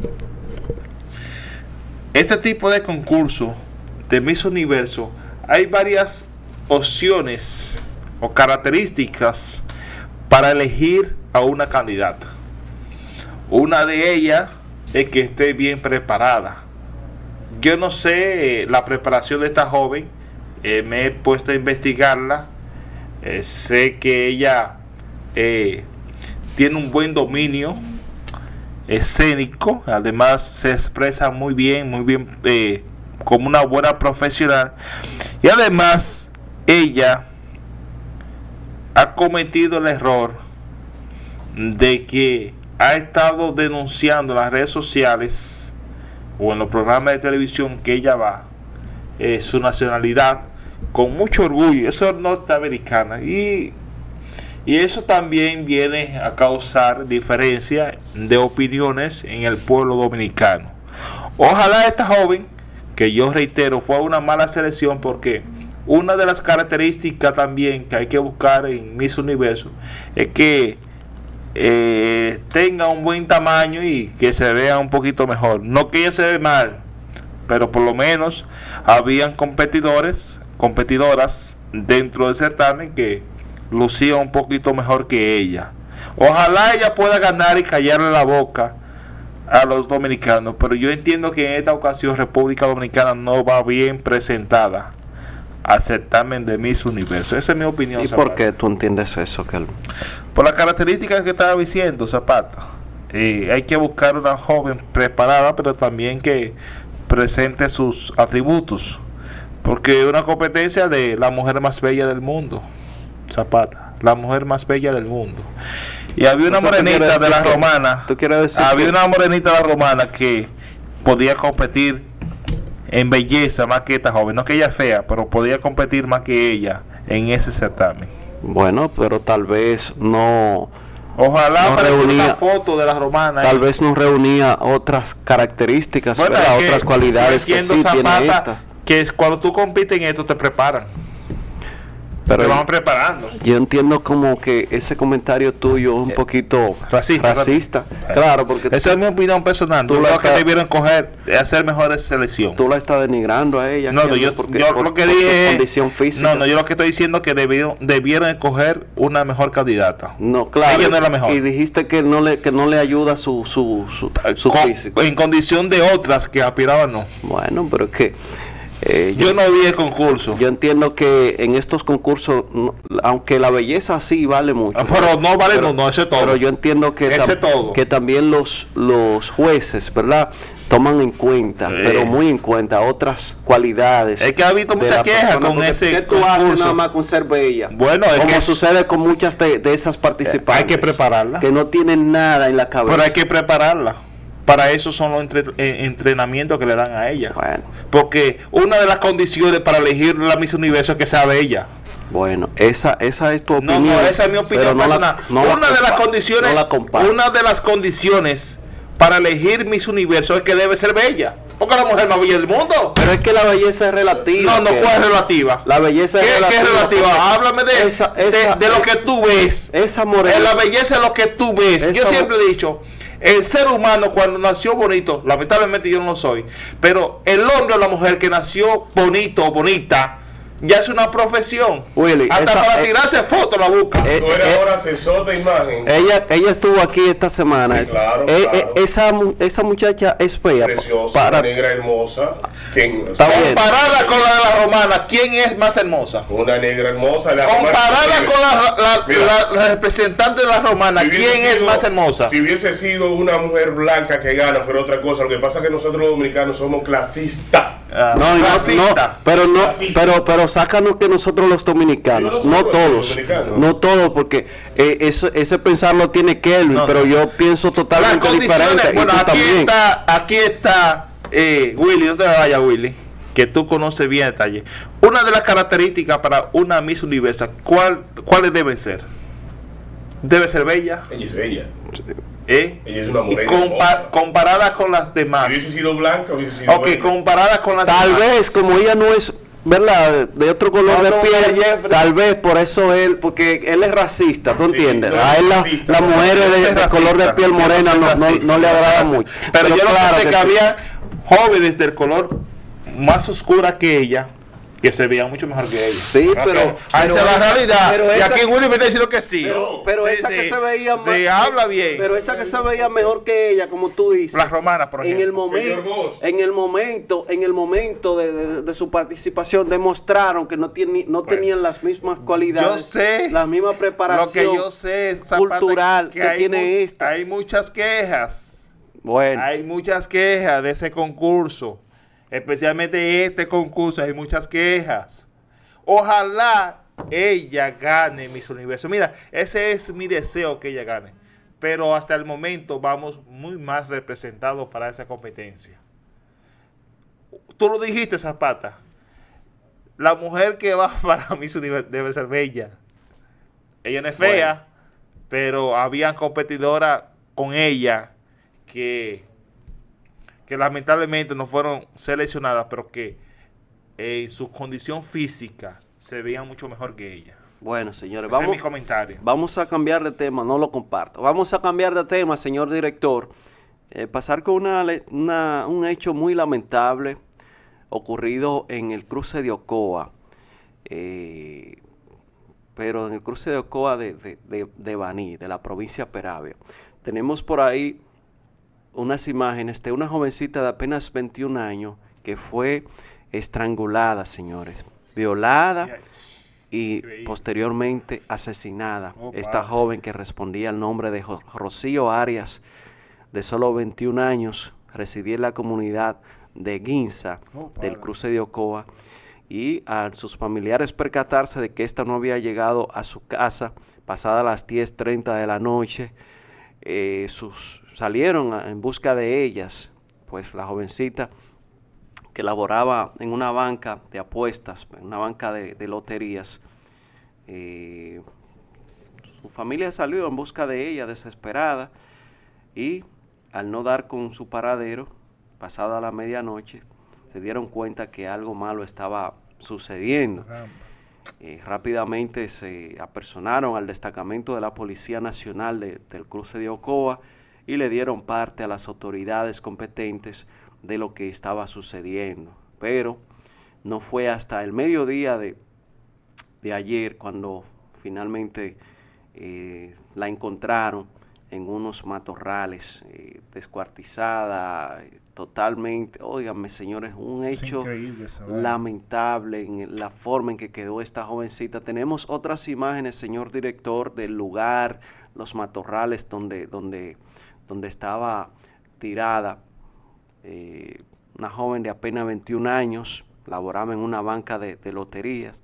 Speaker 2: este tipo de concurso de Miss Universo, hay varias opciones o características para elegir a una candidata. Una de ellas es que esté bien preparada. Yo no sé la preparación de esta joven, eh, me he puesto a investigarla, eh, sé que ella eh, tiene un buen dominio escénico, además se expresa muy bien, muy bien, eh, como una buena profesional, y además ella ha cometido el error de que ha estado denunciando en las redes sociales o en los programas de televisión que ella va, eh, su nacionalidad con mucho orgullo. Eso es norteamericana, y Y eso también viene a causar diferencia de opiniones en el pueblo dominicano. Ojalá esta joven, que yo reitero, fue una mala selección, porque una de las características también que hay que buscar en Miss Universo es que eh, tenga un buen tamaño y que se vea un poquito mejor. No que ella se ve mal, pero por lo menos habían competidores, competidoras dentro del certamen que lucía un poquito mejor que ella. Ojalá ella pueda ganar y callarle la boca a los dominicanos, pero yo entiendo que en esta ocasión República Dominicana no va bien presentada al certamen de Miss Universo. Esa es mi opinión.
Speaker 1: ¿Y
Speaker 2: Zapata.
Speaker 1: por qué tú entiendes eso, Kelvin?
Speaker 2: Por las características que estaba diciendo Zapata. Eh, hay que buscar una joven preparada, pero también que presente sus atributos, porque es una competencia de la mujer más bella del mundo, Zapata, la mujer más bella del mundo. Y había una morenita de la romana, había una morenita de la romana que podía competir en belleza más que esta joven, no que ella es fea, pero podía competir más que ella en ese certamen.
Speaker 1: Bueno, pero tal vez no.
Speaker 2: Ojalá
Speaker 1: no
Speaker 2: apareciera
Speaker 1: reunía,
Speaker 2: una foto de la romana.
Speaker 1: Tal
Speaker 2: ahí.
Speaker 1: vez no reunía otras características,
Speaker 2: bueno,
Speaker 1: ¿verdad?
Speaker 2: que,
Speaker 1: otras cualidades que sí
Speaker 2: Zapata,
Speaker 1: tiene esta.
Speaker 2: Que cuando tú compites en esto te preparan.
Speaker 1: Pero
Speaker 2: te van preparando.
Speaker 1: Yo entiendo como que ese comentario tuyo es un poquito
Speaker 2: racista.
Speaker 1: racista. Claro, porque
Speaker 2: esa es mi opinión personal. Tú lo que debieron coger es hacer mejores selección.
Speaker 1: Tú la estás denigrando a ella.
Speaker 2: No, no, yo,
Speaker 1: porque,
Speaker 2: yo
Speaker 1: por,
Speaker 2: lo que
Speaker 1: por
Speaker 2: dije
Speaker 1: condición física.
Speaker 2: No, no, yo lo que estoy diciendo es que debieron, debieron escoger una mejor candidata.
Speaker 1: No, claro.
Speaker 2: Ella no es la mejor.
Speaker 1: Y dijiste que no le que no le ayuda su su su, su
Speaker 2: Con,
Speaker 1: físico.
Speaker 2: En condición de otras que aspiraban, no.
Speaker 1: Bueno, pero es que Eh,
Speaker 2: yo, yo no vi el concurso.
Speaker 1: Yo entiendo que en estos concursos, no, aunque la belleza sí vale mucho,
Speaker 2: pero no vale, pero, no, no, ese todo.
Speaker 1: Pero yo entiendo que,
Speaker 2: ese todo.
Speaker 1: que también los los jueces, ¿verdad?, toman en cuenta, sí. pero muy en cuenta otras cualidades.
Speaker 2: Es que ha habido muchas quejas con ese
Speaker 1: ¿qué tú
Speaker 2: concurso?
Speaker 1: haces nada más con ser bella?
Speaker 2: Bueno, es
Speaker 1: como
Speaker 2: que
Speaker 1: sucede con muchas de, de esas participantes.
Speaker 2: Hay que prepararla.
Speaker 1: Que no tienen nada en la cabeza.
Speaker 2: Pero hay que prepararla. Para eso son los entre, eh, entrenamientos que le dan a ella.
Speaker 1: Bueno.
Speaker 2: Porque una de las condiciones para elegir la Miss Universo es que sea bella.
Speaker 1: Bueno, esa esa es tu opinión.
Speaker 2: No, no, esa es mi opinión
Speaker 1: no
Speaker 2: personal.
Speaker 1: La, no
Speaker 2: una de las condiciones,
Speaker 1: no la
Speaker 2: una de las condiciones para elegir Miss Universo es que debe ser bella. Porque es la mujer más bella del mundo.
Speaker 1: Pero es que la belleza es relativa.
Speaker 2: No, no, ¿cuál es relativa?
Speaker 1: La belleza
Speaker 2: ¿Qué,
Speaker 1: es relativa.
Speaker 2: ¿Qué es relativa? Háblame de,
Speaker 1: esa, esa,
Speaker 2: de, de lo que tú ves.
Speaker 1: Esa morena.
Speaker 2: La belleza es lo que tú ves.
Speaker 1: Esa,
Speaker 2: yo siempre he dicho, el ser humano cuando nació bonito, lamentablemente yo no lo soy, pero el hombre o la mujer que nació bonito o bonita, ya es una profesión.
Speaker 1: Willy,
Speaker 2: hasta
Speaker 1: esa,
Speaker 2: para
Speaker 1: eh,
Speaker 2: tirarse fotos la busca.
Speaker 9: Eh, Tú eres eh, ahora asesor de imagen.
Speaker 1: Ella ella estuvo aquí esta semana.
Speaker 9: Sí, claro,
Speaker 1: eh,
Speaker 9: claro.
Speaker 1: Eh, esa, esa muchacha es fea.
Speaker 9: Preciosa,
Speaker 1: para,
Speaker 9: una negra hermosa. ¿Quién,
Speaker 2: comparada con la de la romana, ¿quién es más hermosa?
Speaker 9: Una negra hermosa. La
Speaker 2: comparada con la, la, la, la representante de la romana, si ¿quién sido, es más hermosa?
Speaker 9: Si hubiese sido una mujer blanca que gana, fuera otra cosa. Lo que pasa es que nosotros los dominicanos somos clasistas.
Speaker 1: Ah, no, no, no, pero no, pero pero sácanos que nosotros los dominicanos, no, no todos, dominicanos. no todos, porque eh, eso, ese pensarlo tiene Kelvin, no, pero no. yo pienso totalmente diferente.
Speaker 2: Bueno,
Speaker 1: y tú
Speaker 2: aquí
Speaker 1: también.
Speaker 2: está, aquí está eh, Willy, no te vayas, Willy, que tú conoces bien el detalle. Una de las características para una Miss Universo, ¿cuál, ¿cuáles deben ser? Debe ser bella.
Speaker 9: Ella es bella.
Speaker 2: Sí. ¿Eh?
Speaker 9: Ella es una morena.
Speaker 2: Compa comparada con las demás.
Speaker 9: Si hubiese sido blanca, hubiese sido
Speaker 2: Ok, bella. Comparada con las
Speaker 1: Tal
Speaker 2: demás.
Speaker 1: Tal vez, como ella no es, ¿verdad?, de otro color no, de no, piel, Jeffrey. Tal vez por eso él, porque él es racista, ¿tú sí, entiendes? No, a él la, racista, las mujeres de, de color de piel morena no, no, no le agrada mucho.
Speaker 2: Pero, Pero yo
Speaker 1: claro
Speaker 2: no sé que,
Speaker 1: que
Speaker 2: había jóvenes del color más oscura que ella, que se veían mucho mejor que ella.
Speaker 1: Sí, okay. pero
Speaker 2: esa es la realidad.
Speaker 1: Pero
Speaker 2: y
Speaker 1: esa,
Speaker 2: aquí Willy me está diciendo que sí.
Speaker 1: Pero, pero sí, esa sí, que se veía
Speaker 2: más, se habla bien.
Speaker 1: Pero esa que se veía mejor que ella, como tú dices.
Speaker 2: Las romanas, por ejemplo.
Speaker 1: En el momento, en el momento, en el momento de, de, de su participación demostraron que no tienen, no tenían las mismas cualidades.
Speaker 2: Yo sé.
Speaker 1: La misma preparación.
Speaker 2: Lo que yo sé es
Speaker 1: cultural que, que tiene esta.
Speaker 2: Hay muchas quejas.
Speaker 1: Bueno.
Speaker 2: Hay muchas quejas de ese concurso. Especialmente este concurso hay muchas quejas. Ojalá ella gane Miss Universo. Mira, ese es mi deseo, que ella gane. Pero hasta el momento vamos muy más representados para esa competencia. Tú lo dijiste, Zapata. La mujer que va para Miss Universo debe ser bella. Ella no es fea, bueno, pero habían competidoras con ella que, que lamentablemente no fueron seleccionadas, pero que en su condición física se veían mucho mejor que ella.
Speaker 1: Bueno, señores,
Speaker 2: Ese
Speaker 1: vamos,
Speaker 2: es mi comentario.
Speaker 1: Vamos a cambiar de tema, no lo comparto. Vamos a cambiar de tema, señor director. Eh, pasar con una, una, un hecho muy lamentable ocurrido en el cruce de Ocoa. Eh, pero en el cruce de Ocoa de, de, de, de Baní, de la provincia de Peravia. Tenemos por ahí unas imágenes de una jovencita de apenas veintiún años que fue estrangulada, señores, violada y Increíble. posteriormente asesinada. Oh, Esta wow. joven que respondía al nombre de Rocío Arias de solo veintiún años, residía en la comunidad de Ginza, oh, del cruce de Ocoa, y a sus familiares percatarse de que ésta no había llegado a su casa pasadas las diez treinta de la noche, eh, sus, salieron a, en busca de ellas, pues la jovencita que laboraba en una banca de apuestas, en una banca de, de loterías, eh, su familia salió en busca de ella desesperada y al no dar con su paradero, pasada la medianoche, se dieron cuenta que algo malo estaba sucediendo. Eh, rápidamente se apersonaron al destacamento de la Policía Nacional de, del cruce de Ocoa y le dieron parte a las autoridades competentes de lo que estaba sucediendo. Pero no fue hasta el mediodía de, de ayer cuando finalmente eh, la encontraron en unos matorrales, eh, descuartizada, eh, totalmente, óigame señores, un hecho lamentable en la forma en que quedó esta jovencita. Tenemos otras imágenes, señor director, del lugar, los matorrales donde, donde, donde estaba tirada, eh, una joven de apenas veintiún años, laboraba en una banca de, de loterías,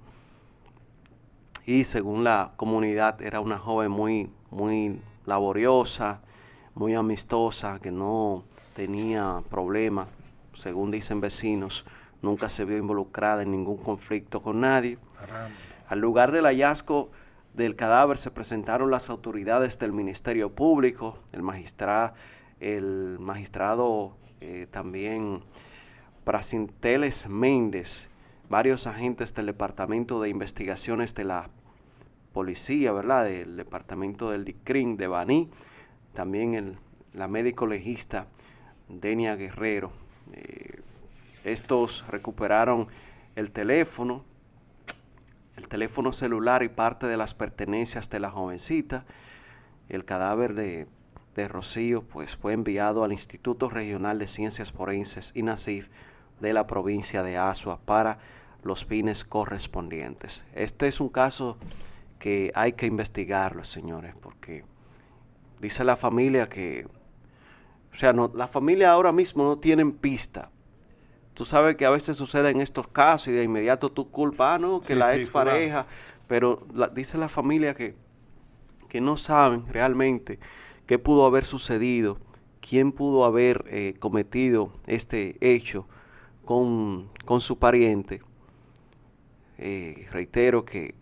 Speaker 1: y según la comunidad era una joven muy, muy laboriosa, muy amistosa, que no tenía problemas, según dicen vecinos, nunca se vio involucrada en ningún conflicto con nadie. Caramba. Al lugar del hallazgo del cadáver se presentaron las autoridades del Ministerio Público, el magistrado, el magistrado eh, también Pracinteles Méndez, varios agentes del Departamento de Investigaciones de la Policía, ¿verdad?, del Departamento del D I C R I M de Baní, también el, la médico legista Denia Guerrero. Eh, estos recuperaron el teléfono, el teléfono celular y parte de las pertenencias de la jovencita. El cadáver de, de Rocío pues, fue enviado al Instituto Regional de Ciencias Forenses, INACIF, de la provincia de Azua para los fines correspondientes. Este es un caso que hay que investigarlo, señores, porque dice la familia que, o sea, no, la familia ahora mismo no tienen pista. Tú sabes que a veces suceden estos casos y de inmediato tú culpas, ah, no, que sí, la sí, expareja, claro. Pero la, dice la familia que, que no saben realmente qué pudo haber sucedido, quién pudo haber eh, cometido este hecho con, con su pariente. Eh, reitero que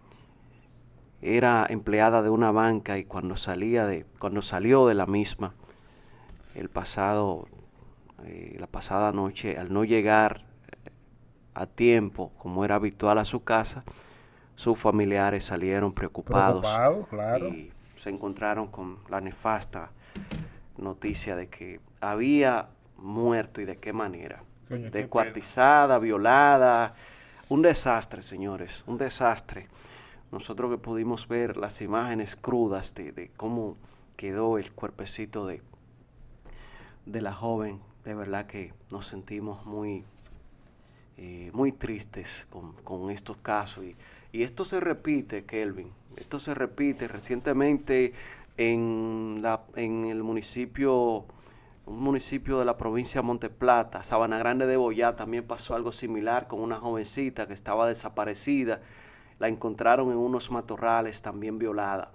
Speaker 1: era empleada de una banca y cuando salía de cuando salió de la misma el pasado eh, la pasada noche, al no llegar eh, a tiempo como era habitual a su casa, sus familiares salieron preocupados, preocupados claro. Y se encontraron con la nefasta noticia de que había muerto y de qué manera. Coño, descuartizada, violada, un desastre, señores, un desastre. Nosotros que pudimos ver las imágenes crudas de, de cómo quedó el cuerpecito de, de la joven, de verdad que nos sentimos muy, eh, muy tristes con, con estos casos. Y, y esto se repite, Kelvin, esto se repite recientemente en, la, en el municipio, un municipio de la provincia de Monteplata, Sabana Grande de Boyá, también pasó algo similar con una jovencita que estaba desaparecida. La encontraron en unos matorrales también violada.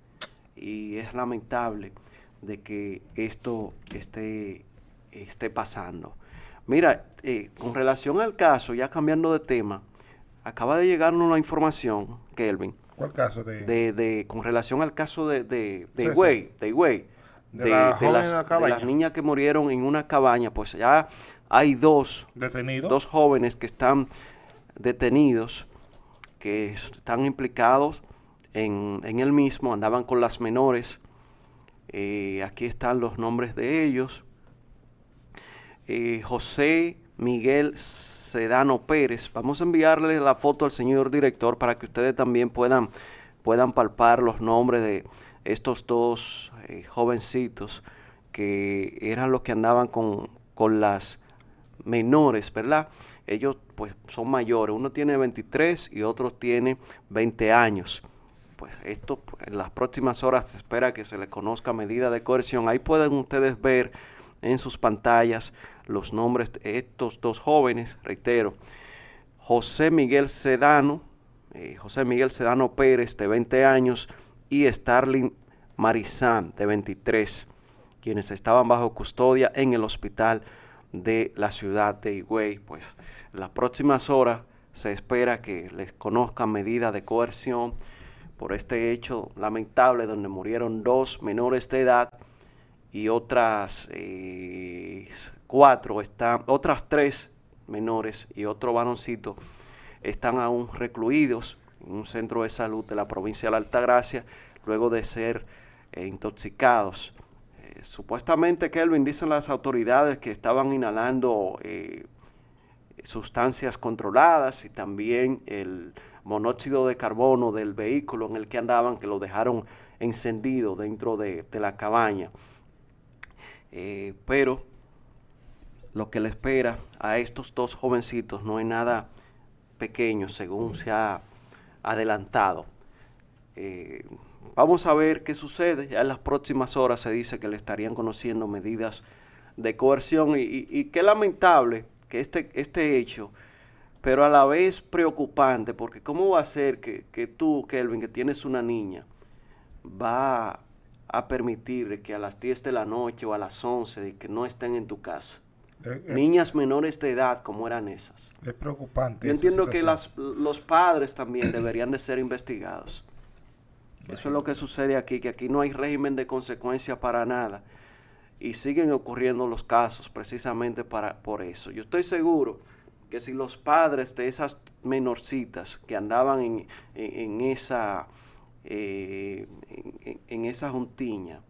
Speaker 1: Y es lamentable de que esto esté, esté pasando. Mira, eh, con relación al caso, ya cambiando de tema, acaba de llegarnos la información, Kelvin.
Speaker 2: ¿Cuál caso? De,
Speaker 1: de, de con relación al caso de, de, de Higüey, de Higüey, de, de, la de, las, de las niñas que murieron en una cabaña. Pues ya hay dos,
Speaker 2: ¿Detenidos?
Speaker 1: dos jóvenes que están detenidos, que están implicados en, en el mismo, andaban con las menores. Eh, aquí están los nombres de ellos. Eh, José Miguel Sedano Pérez. Vamos a enviarle la foto al señor director para que ustedes también puedan, puedan palpar los nombres de estos dos eh, jovencitos que eran los que andaban con, con las menores, ¿verdad? Ellos pues son mayores, uno tiene veintitrés y otro tiene veinte años. pues esto pues, en las próximas horas se espera que se le conozca medida de coerción. Ahí pueden ustedes ver en sus pantallas los nombres de estos dos jóvenes, reitero, José Miguel Sedano, eh, José Miguel Sedano Pérez, de veinte años, y Starling Marizán, de veintitrés, quienes estaban bajo custodia en el hospital de la ciudad de Higüey. Pues en las próximas horas se espera que les conozcan medidas de coerción por este hecho lamentable donde murieron dos menores de edad y otras eh, cuatro están, otras tres menores y otro varoncito están aún recluidos en un centro de salud de la provincia de la Altagracia luego de ser eh, intoxicados. Eh, supuestamente, Kelvin, dicen las autoridades que estaban inhalando eh, sustancias controladas y también el monóxido de carbono del vehículo en el que andaban, que lo dejaron encendido dentro de, de la cabaña. Eh, pero lo que le espera a estos dos jovencitos no es nada pequeño, según se ha adelantado. Eh, vamos a ver qué sucede. Ya en las próximas horas se dice que le estarían conociendo medidas de coerción y, y, y qué lamentable que este, este hecho, pero a la vez preocupante, porque ¿cómo va a ser que, que tú, Kelvin, que tienes una niña, va a permitir que a las diez de la noche o a las once de que no estén en tu casa? Eh, eh, Niñas menores de edad como eran esas.
Speaker 2: Es preocupante.
Speaker 1: Yo entiendo que las, los padres también deberían de ser investigados. Eso es lo que sucede aquí, que aquí no hay régimen de consecuencia para nada. Y siguen ocurriendo los casos precisamente para, por eso. Yo estoy seguro que si los padres de esas menorcitas que andaban en, en, en esa eh, en, en esa juntiña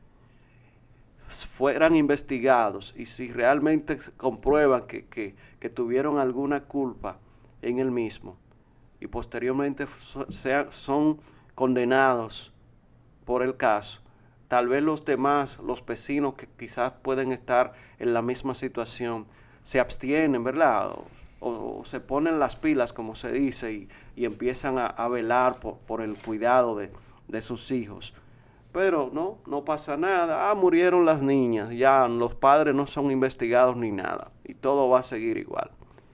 Speaker 1: fueran investigados y si realmente comprueban que, que, que tuvieron alguna culpa en el mismo y posteriormente sea, son condenados por el caso, tal vez los demás, los vecinos que quizás pueden estar en la misma situación, se abstienen, ¿verdad? O, o, o se ponen las pilas, como se dice, y, y empiezan a, a velar por, por el cuidado de, de sus hijos. Pero no, no pasa nada. Ah, murieron las niñas, ya los padres no son investigados ni nada. Y todo va a seguir igual.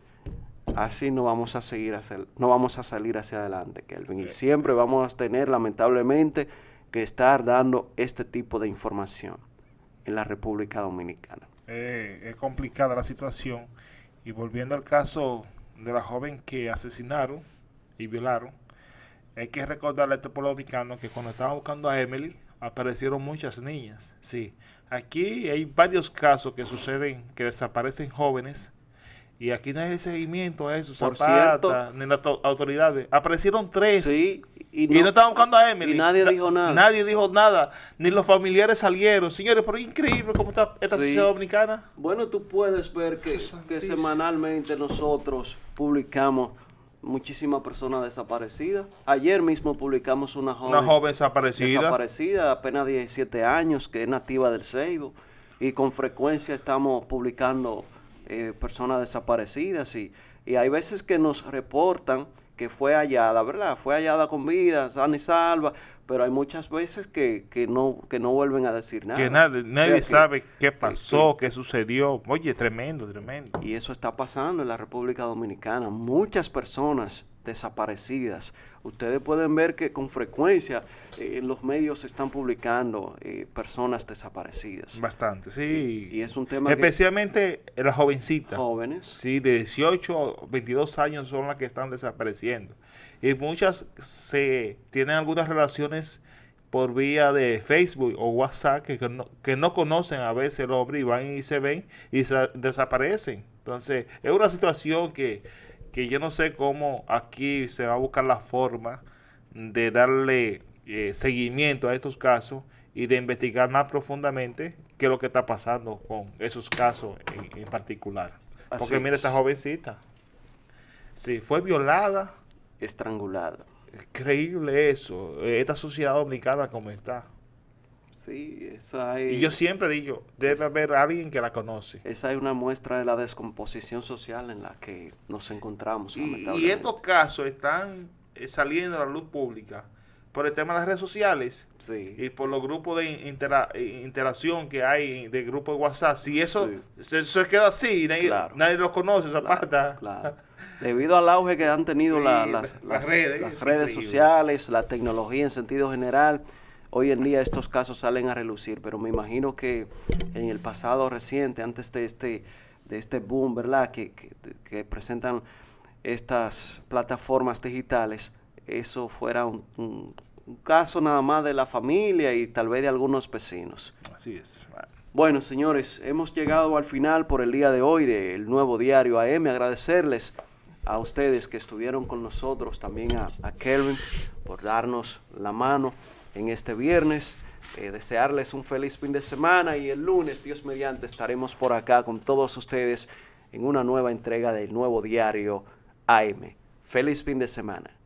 Speaker 1: Así no vamos a seguir hacia, no vamos a salir hacia adelante, Kelvin. Y siempre vamos a tener, lamentablemente, que estar dando este tipo de información en la República Dominicana.
Speaker 2: Eh, es complicada la situación. Y volviendo al caso de la joven que asesinaron y violaron, hay que recordarle a este pueblo dominicano que cuando estaban buscando a Emily, aparecieron muchas niñas. Sí, aquí hay varios casos que suceden, que desaparecen jóvenes, y aquí no hay seguimiento a eso,
Speaker 1: Por
Speaker 2: Zapata,
Speaker 1: cierto,
Speaker 2: ni las autoridades. Aparecieron tres.
Speaker 1: Sí, y
Speaker 2: no, y no estaban buscando a Emily.
Speaker 1: Y nadie
Speaker 2: Na,
Speaker 1: dijo nada.
Speaker 2: Nadie dijo nada, ni los familiares salieron. Señores, pero es increíble cómo está esta
Speaker 1: sí.
Speaker 2: sociedad dominicana.
Speaker 1: Bueno, tú puedes ver que, que semanalmente nosotros publicamos muchísimas personas desaparecidas. Ayer mismo publicamos una joven,
Speaker 2: una joven desaparecida.
Speaker 1: desaparecida, apenas diecisiete años, que es nativa del Ceibo. Y con frecuencia estamos publicando eh, personas desaparecidas. Y, y hay veces que nos reportan que fue hallada, ¿verdad? Fue hallada con vida, sana y salva, pero hay muchas veces que, que, no, que no vuelven a decir nada.
Speaker 2: Que nadie, nadie
Speaker 1: o sea,
Speaker 2: sabe
Speaker 1: que,
Speaker 2: qué pasó,
Speaker 1: que,
Speaker 2: qué sucedió. Oye, tremendo, tremendo.
Speaker 1: Y eso está pasando en la República Dominicana. Muchas personas desaparecidas. Ustedes pueden ver que con frecuencia eh, en los medios se están publicando eh, personas desaparecidas.
Speaker 2: Bastante, sí.
Speaker 1: Y, y es un tema
Speaker 2: especialmente que, las jovencitas.
Speaker 1: Jóvenes.
Speaker 2: Sí, de dieciocho o veintidós años son las que están desapareciendo. Y muchas se tienen algunas relaciones por vía de Facebook o WhatsApp que, que, no, que no conocen a veces el hombre y van y se ven y se desaparecen. Entonces, es una situación que que yo no sé cómo aquí se va a buscar la forma de darle eh, seguimiento a estos casos y de investigar más profundamente qué es lo que está pasando con esos casos en, en particular. Así Porque mira, esta jovencita, sí, fue violada.
Speaker 1: Estrangulada.
Speaker 2: Increíble eso, esta sociedad dominicana como está.
Speaker 1: Sí, esa es,
Speaker 2: y yo siempre digo, debe es, haber alguien que la conoce.
Speaker 1: Esa es una muestra de la descomposición social en la que nos encontramos.
Speaker 2: Y, y estos casos están eh, saliendo a la luz pública por el tema de las redes sociales
Speaker 1: sí.
Speaker 2: y por los grupos de intera interacción que hay de grupos de WhatsApp. Si eso sí. se, se queda así, nadie, claro. nadie los conoce, esa
Speaker 1: claro,
Speaker 2: pata.
Speaker 1: Claro. Debido al auge que han tenido sí, la, las, las, las redes, las redes sociales, la tecnología en sentido general, hoy en día estos casos salen a relucir, pero me imagino que en el pasado reciente, antes de este, de este boom, ¿verdad?, que, que, que presentan estas plataformas digitales, eso fuera un, un, un caso nada más de la familia y tal vez de algunos vecinos.
Speaker 2: Así es.
Speaker 1: Bueno, señores, hemos llegado al final por el día de hoy del Nuevo Diario A M. Agradecerles a ustedes que estuvieron con nosotros, también a, a Kelvin por darnos la mano en este viernes. Eh, desearles un feliz fin de semana y el lunes, Dios mediante, estaremos por acá con todos ustedes en una nueva entrega del Nuevo Diario A M. Feliz fin de semana.